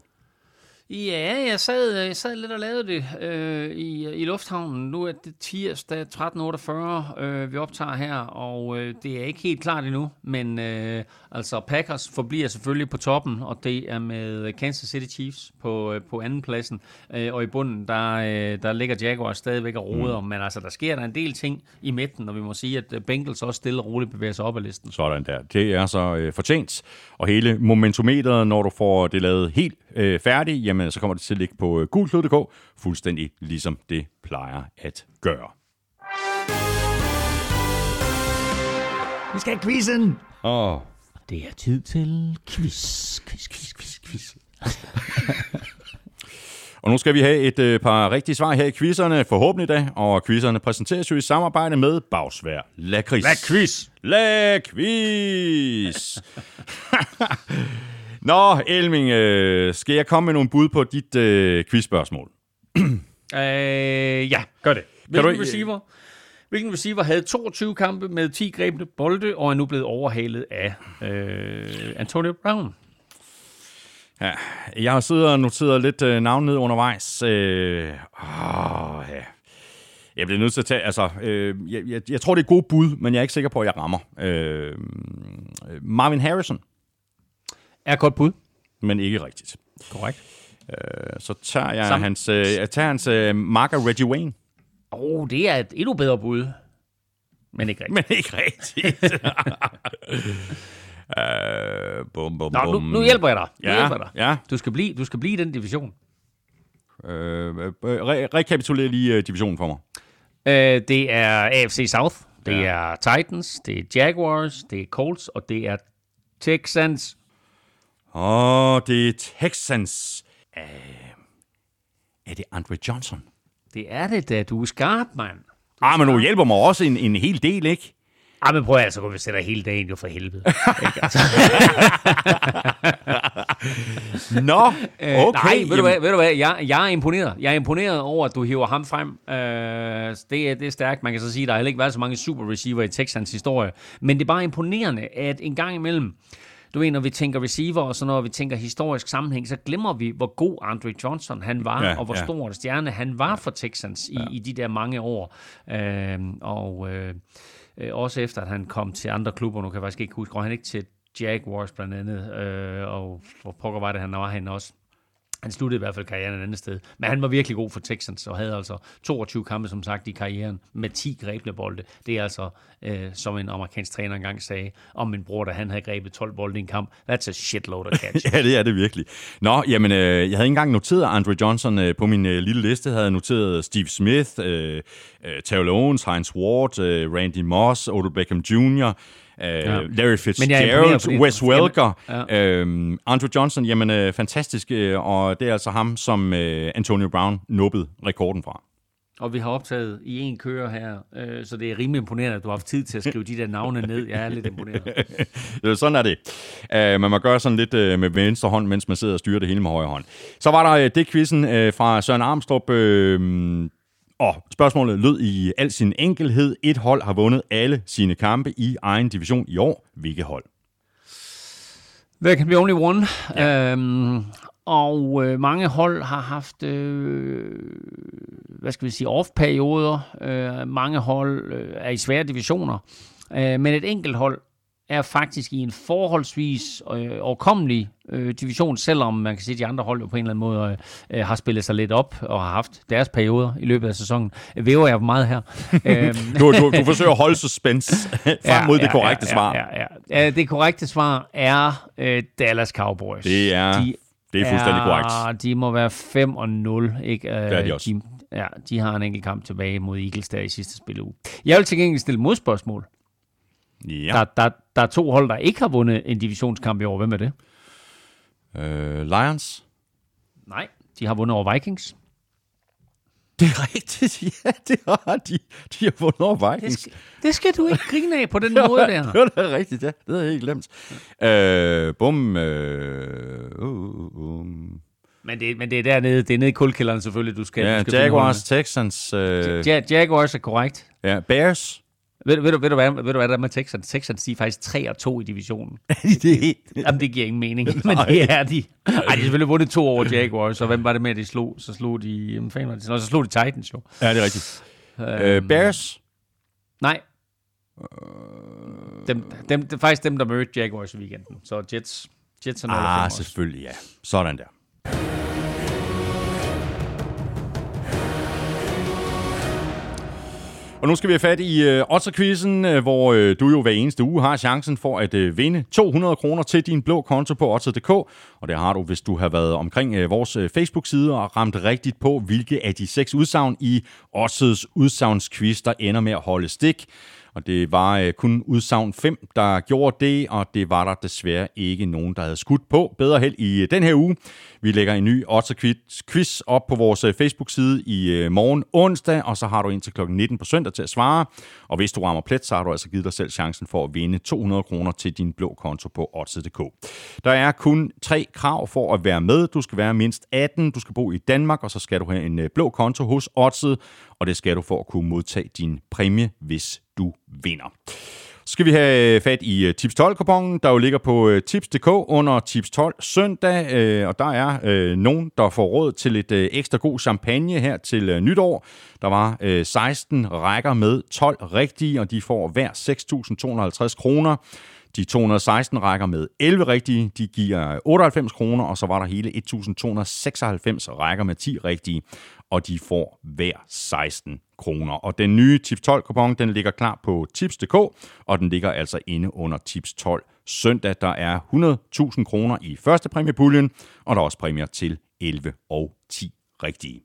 Ja, jeg sad lidt og lavede det i lufthavnen. Nu er det tirsdag 13.48, vi optager her, og det er ikke helt klart endnu, men altså Packers forbliver selvfølgelig på toppen, og det er med Kansas City Chiefs på anden pladsen, og i bunden, der ligger Jaguars stadigvæk og roder, men altså der sker der en del ting i midten, og vi må sige, at Bengals også stille og roligt bevæger sig op ad listen. Sådan der. Det er så fortjent, og hele momentometeret, når du får det lavet helt færdigt, jamen så kommer det til at ligge på gulklud.dk, fuldstændig ligesom det plejer at gøre. Vi skal have quizzen! Det er tid til quiz. Og nu skal vi have et par rigtige svar her i quizzerne, forhåbentlig da, og quizzerne præsenteres jo i samarbejde med Bagsværd Lakrids. Lakrids! Nå, Elming, skal jeg komme med nogle bud på dit quizspørgsmål? Ja, gør det. Hvilken receiver havde 22 kampe med 10 grebne bolde, og er nu blevet overhalet af Antonio Brown? Ja, jeg har siddet og noteret lidt navn ned undervejs. Jeg bliver nødt til at tage... Altså, jeg tror, det er gode bud, men jeg er ikke sikker på, at jeg rammer. Marvin Harrison. Er godt bud. Men ikke rigtigt. Korrekt. Så tager jeg hans marker Reggie Wayne. Det er et endnu bedre bud. Men ikke rigtigt. Nu hjælper jeg dig. Ja. Du skal blive i den division. Rekapituler lige divisionen for mig. Det er AFC South. Det er Titans. Det er Jaguars. Det er Colts. Og det er Texans. Det er Texans. Er det Andre Johnson? Det er det da. Du er skarp, mand. Men du hjælper mig også en hel del, ikke? Men prøv altså, at vi sætter hele dagen jo for helvede. Nå, okay. Nej, ved du hvad? Jeg er imponeret. Jeg er imponeret over, at du hiver ham frem. Det er stærkt. Man kan så sige, at der har heller ikke været så mange super receiver i Texans historie. Men det er bare imponerende, at en gang imellem, du ved, når vi tænker receiver, og så når vi tænker historisk sammenhæng, så glemmer vi, hvor god Andre Johnson han var, og hvor stor en stjerne han var for Texans i de der mange år. Også efter, at han kom til andre klubber, nu kan jeg faktisk ikke huske, han ikke til Jaguars blandt andet, og hvor pokker var det, han var henne også. Han sluttede i hvert fald karrieren et andet sted. Men han var virkelig god for Texans, og havde altså 22 kampe, som sagt, i karrieren, med 10 grebne bolde. Det er altså, som en amerikansk træner engang sagde, om min bror, da han havde grebet 12 bolde i en kamp. That's a shitload of catch. Ja, det er det virkelig. Nå, jamen, jeg havde ikke engang noteret Andre Johnson på min lille liste. Jeg havde noteret Steve Smith, Terrell Owens, Heinz Ward, Randy Moss, Odell Beckham Jr., Larry Fitzgerald, Wes Welker, Andre Johnson, jamen fantastisk, og det er altså ham, som Antonio Brown nubbede rekorden fra. Og vi har optaget i en kører her, så det er rimelig imponerende, at du har haft tid til at skrive de der navne ned. Jeg er lidt imponeret. Sådan er det. Man må gøre sådan lidt med venstre hånd, mens man sidder og styrer det hele med højre hånd. Så var der det quizzen fra Søren Armstrong. Og spørgsmålet lød i al sin enkelhed. Et hold har vundet alle sine kampe i egen division i år. Hvilket hold? There can be only one. Ja. Og mange hold har haft, off-perioder. Mange hold er i svære divisioner. Men et enkelt hold er faktisk i en forholdsvis overkommelig division, selvom man kan sige, at de andre hold på en eller anden måde har spillet sig lidt op og har haft deres perioder i løbet af sæsonen. Væver jeg meget her. Du forsøger at holde suspense frem mod det korrekte svar. Ja, det korrekte svar er Dallas Cowboys. Det er fuldstændig korrekt. De må være 5-0. Ikke? Det er de også. De har en enkelt kamp tilbage mod Eagles der i sidste spilleuge. Jeg vil til gengæld stille modspørgsmål. Ja. Der er 2 hold, der ikke har vundet en divisionskamp i år. Hvem er det? Lions? Nej, de har vundet over Vikings. Det er rigtigt, ja, det har de. De har vundet over Vikings. Det skal du ikke grine af på den måde der. Det er rigtigt, ja. Det er helt glemt. Men det er dernede, det er nede i kuldkælderen selvfølgelig, du skal... Ja, du skal Jaguars, Texans... Jaguars er korrekt. Ja, Bears... Ved du hvad der er med Texans? Texans, de er faktisk 3-2 i divisionen. Jamen, det giver ingen mening, men det er de. Ej, de har selvfølgelig vundet 2 over Jaguars, så hvem var det med, at de slog? Så slog de... Så slog de Titans jo. Ja, det er rigtigt. Bears? Nej. Det er faktisk dem, der mødte Jaguars i weekenden. Så Jets er 0-5 selvfølgelig, ja. Sådan der. Og nu skal vi have fat i Odds-quizzen, hvor du jo hver eneste uge har chancen for at vinde 200 kroner til din blå konto på Odds.dk. Og det har du, hvis du har været omkring vores Facebook-side og ramt rigtigt på, hvilke af de 6 udsagn i Odds' udsagnsquiz, der ender med at holde stik. Og det var kun udsagn 5, der gjorde det, og det var der desværre ikke nogen, der havde skudt på. Bedre held i den her uge. Vi lægger en ny Odds-quiz op på vores Facebook-side i morgen onsdag, og så har du indtil kl. 19 på søndag til at svare. Og hvis du rammer plet, så har du altså givet dig selv chancen for at vinde 200 kroner til din blå konto på Odds.dk. Der er kun 3 krav for at være med. Du skal være mindst 18, du skal bo i Danmark, og så skal du have en blå konto hos Odds', og det skal du for at kunne modtage din præmie, hvis du vinder. Så skal vi have fat i Tips 12-kuponen, der jo ligger på Tips.dk under Tips 12 søndag. Og der er nogen, der får råd til lidt ekstra god champagne her til nytår. Der var 16 rækker med 12 rigtige, og de får hver 6.250 kroner. De 216 rækker med 11 rigtige, de giver 98 kroner, og så var der hele 1.296 rækker med 10 rigtige, og de får hver 16 kroner. Og den nye Tips 12-kupon, den ligger klar på Tips.dk, og den ligger altså inde under Tips 12 søndag. Der er 100.000 kroner i første præmiepuljen, og der er også præmier til 11 og 10 rigtige.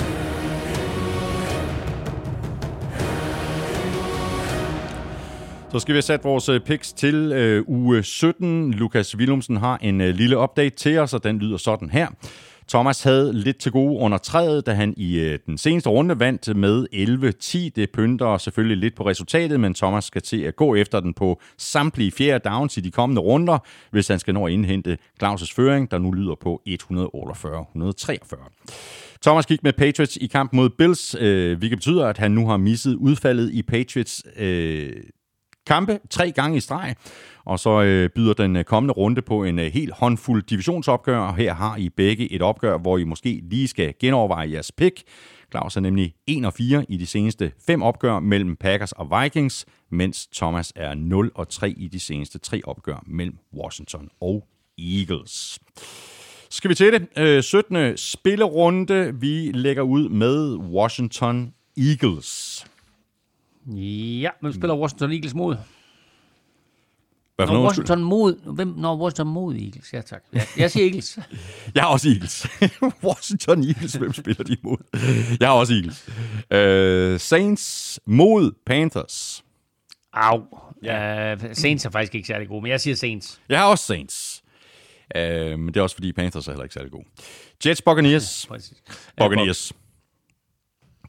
Så skal vi have sat vores picks til uge 17. Lukas Willumsen har en lille update til os, og den lyder sådan her. Thomas havde lidt til gode under træet, da han i den seneste runde vandt med 11-10. Det pynter selvfølgelig lidt på resultatet, men Thomas skal til at gå efter den på samtlige fjerde downs i de kommende runder, hvis han skal nå at indhente Claus' føring, der nu lyder på 148-143. Thomas gik med Patriots i kamp mod Bills, hvilket betyder, at han nu har misset udfaldet i Patriots kampe 3 gange i streg, og så byder den kommende runde på en helt håndfuld divisionsopgør, og her har I begge et opgør, hvor I måske lige skal genoverveje jeres pick. Claus er nemlig 1-4 i de seneste 5 opgør mellem Packers og Vikings, mens Thomas er 0-3 i de seneste 3 opgør mellem Washington og Eagles. Skal vi til det? 17. spillerunde. Vi lægger ud med Washington Eagles. Ja, hvem spiller Washington Eagles mod? Washington mod Eagles, ja tak. Ja, jeg siger Eagles. Jeg har også Eagles. Washington Eagles, hvem spiller de mod? Jeg har også Eagles. Saints mod Panthers. Au. Saints er faktisk ikke særlig gode, men jeg siger Saints. Jeg har også Saints. Men det er også fordi Panthers er heller ikke særlig gode. Jets Buccaneers. Ja, Buccaneers.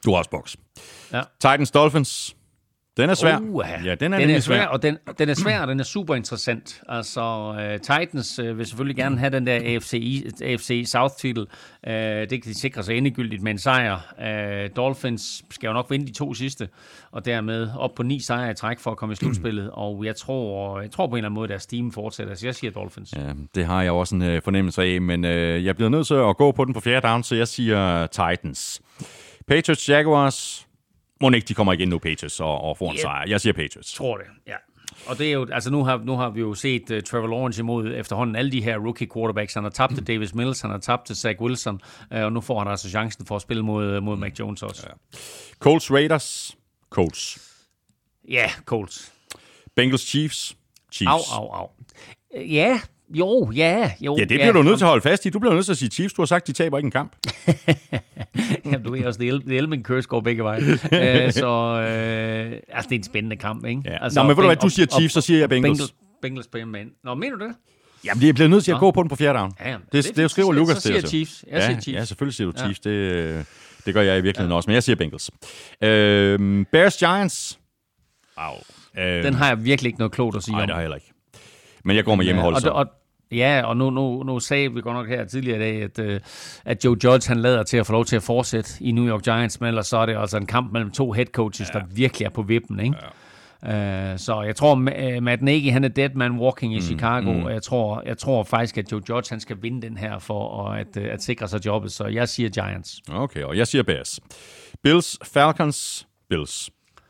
Du har også boks. Ja. Titans Dolphins. Den er svær. Ja, den er svær, og den er svær, og den er super interessant. Altså, Titans vil selvfølgelig gerne have den der AFC South-titel. Det kan de sikre sig endegyldigt med en sejr. Dolphins skal jo nok vinde de 2 sidste, og dermed op på 9 sejre i træk for at komme i slutspillet. Og jeg tror på en eller anden måde, at deres team fortsætter. Så jeg siger Dolphins. Ja, det har jeg også en fornemmelse af, men jeg bliver nødt til at gå på den på 4. down, så jeg siger Titans. Patriots, Jaguars. Må ikke de kommer igen nu, Patriots, og får en sejr. Jeg siger Patriots. Tror det, ja. Og det er jo, altså nu har vi jo set Trevor Lawrence imod efterhånden alle de her rookie quarterbacks. Han har tabt til Davis Mills, han har tabt til Zach Wilson, og nu får han altså chancen for at spille mod Mac Jones også. Ja. Colts, Raiders. Colts. Ja, Colts. Bengals, Chiefs. Chiefs. Au. Ja, jo. Ja, det bliver du nødt til at holde fast i. Du bliver nødt til at sige Chiefs. Du har sagt, de taber ikke en kamp. Jamen, du ved også, det Elvin Curse går begge veje. Altså, det er en spændende kamp, ikke? Ja. Altså, Nå, men ved du hvad, du siger Chiefs, så siger jeg Bengals. Bengals på hjemmebane. Nå, mener du det? Jamen, jeg bliver nødt til at gå på den på 4. down. Ja, det skriver Lukas til. Så siger Chiefs. Jeg siger Chiefs. Ja, selvfølgelig siger du Chiefs. Det gør jeg i virkeligheden også, men jeg siger Bengals. Bears, Giants. Den har jeg virkelig ikke noget klogt at sige om. Nej, det har jeg heller ikke. Men jeg går med hjemmeholdet så. Ja, og nu sagde vi godt nok her tidligere i dag, at Joe Judge han lader til at få lov til at fortsætte i New York Giants, men ellers så er det altså en kamp mellem 2 head coaches, der virkelig er på vippen, ikke? Ja. Så jeg tror, Matt Nagy, han er dead man walking i Chicago, og jeg tror faktisk, at Joe Judge han skal vinde den her for at sikre sig jobbet, så jeg siger Giants. Okay, og jeg siger Bears. Bills, Falcons, Bills.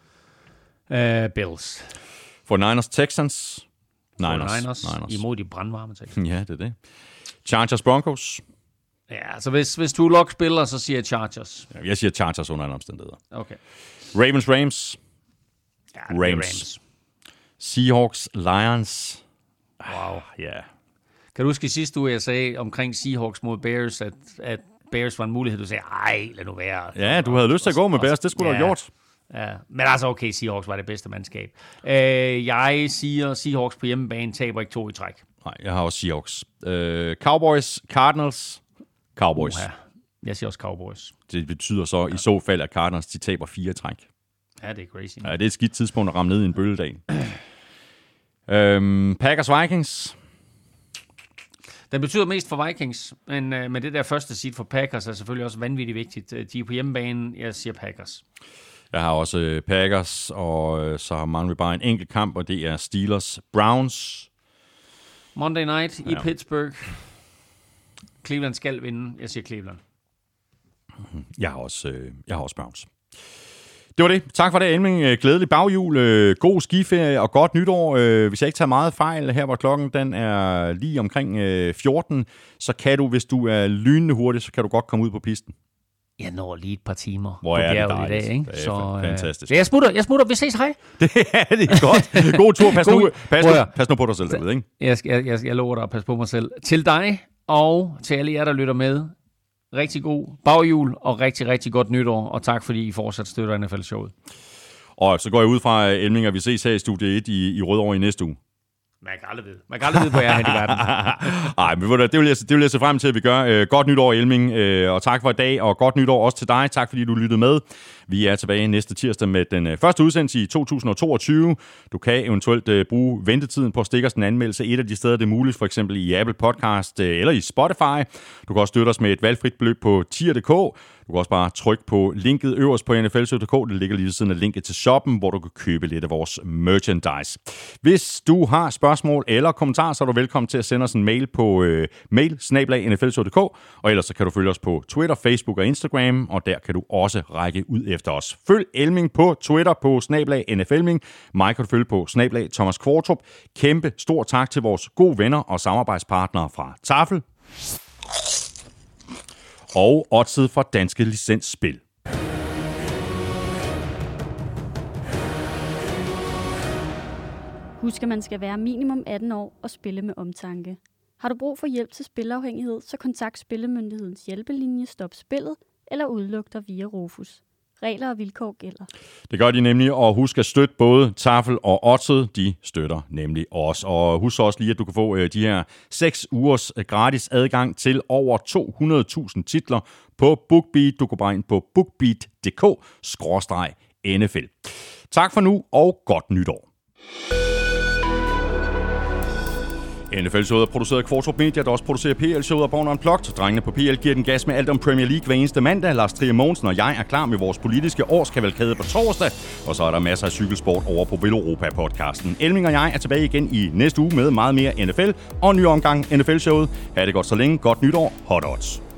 Bills. For Niners, Texans. Niners. Imod de brandvarme Texans. Ja, det er det. Chargers, Broncos. Ja, så hvis du Lock spiller, så siger jeg Chargers. Ja, jeg siger Chargers under andre omstændigheder. Okay. Ravens, Rams. Ja, Rams. Seahawks, Lions. Wow. Ja. Kan du huske sidste uge, jeg sagde omkring Seahawks mod Bears, at Bears var en mulighed, du sagde, lad nu være. Ja, du havde lyst til at gå med Bears, det skulle du have gjort. Ja, men altså okay, Seahawks var det bedste mandskab. Jeg siger, Seahawks på hjemmebane taber ikke 2 i træk. Nej, jeg har også Seahawks. Cowboys, Cardinals, Cowboys. Jeg siger også Cowboys. Det betyder så i så fald, at Cardinals de taber 4 i træk. Ja, det er crazy. Ja, det er et skidt tidspunkt at ramme ned i en bølgedag. Packers, Vikings. Den betyder mest for Vikings, men med det der første seed for Packers er selvfølgelig også vanvittigt vigtigt. De er på hjemmebane, jeg siger Packers. Jeg har også Packers, og så har manglet bare en enkelt kamp, og det er Steelers-Browns. Monday night i Pittsburgh. Cleveland skal vinde. Jeg siger Cleveland. Jeg har også Browns. Det var det. Tak for det, Elming. Glædelig baghjul, god skiferie og godt nytår. Hvis jeg ikke tager meget fejl, her hvor klokken den er lige omkring 14, så kan du, hvis du er lynende hurtig, så kan du godt komme ud på pisten. Jeg når lige et par timer på bjerget i dag, ikke? Det er fantastisk. Jeg smutter. Vi ses, hej. Det er godt. God tur. Pas nu på dig selv derude, ikke? Jeg lover dig at passe på mig selv. Til dig og til alle jer, der lytter med. Rigtig god baghjul og rigtig, rigtig godt nytår. Og tak, fordi I fortsat støtter NFL-showet. Og så går jeg ud fra, Elming, at vi ses her i Studie 1 i Rødovre i næste uge. Man kan aldrig vide, hvor jeg er hen i verden. Nej, men det vil jeg se frem til, at vi gør. Godt nytår, Elming, og tak for i dag, og godt nytår også til dig. Tak, fordi du lyttede med. Vi er tilbage næste tirsdag med den første udsendelse i 2022. Du kan eventuelt bruge ventetiden på at stikke os en anmeldelse et af de steder, det er muligt, for eksempel i Apple Podcast eller i Spotify. Du kan også støtte os med et valgfrit beløb på tier.dk. Du kan også bare trykke på linket øverst på nflshow.dk. Det ligger lige ved siden af linket til shoppen, hvor du kan købe lidt af vores merchandise. Hvis du har spørgsmål eller kommentarer, så er du velkommen til at sende os en mail på mail@nflshow.dk. Og ellers så kan du følge os på Twitter, Facebook og Instagram, og der kan du også række ud efter os. Følg Elming på Twitter på @nflming. Mig kan du følge på @Thomas Kvartrup. Kæmpe stor tak til vores gode venner og samarbejdspartnere fra Tafel og oddset for Danske Licensspil. Husk, at man skal være minimum 18 år og spille med omtanke. Har du brug for hjælp til spilafhængighed, så kontakt Spillemyndighedens hjælpelinje Stop Spillet eller udluk dig via Rufus. Regler og vilkår gælder. Det gør de nemlig, og husk at støtte både Tafel og Odset. De støtter nemlig os. Og husk også lige, at du kan få de her 6 ugers gratis adgang til over 200.000 titler på BookBeat. Du går bare ind på bookbeat.dk/NFL. Tak for nu, og godt nytår. NFL-showet er produceret af Kvartrup Media, der også producerer PL-showet og Born Unplugged. Drengene på PL giver den gas med alt om Premier League hver eneste mandag. Lars Trier Mogensen og jeg er klar med vores politiske årskavalkade på torsdag. Og så er der masser af cykelsport over på Villeuropa-podcasten. Elming og jeg er tilbage igen i næste uge med meget mere NFL og en ny omgang NFL-showet. Ha' det godt så længe. Godt nytår. Hot odds.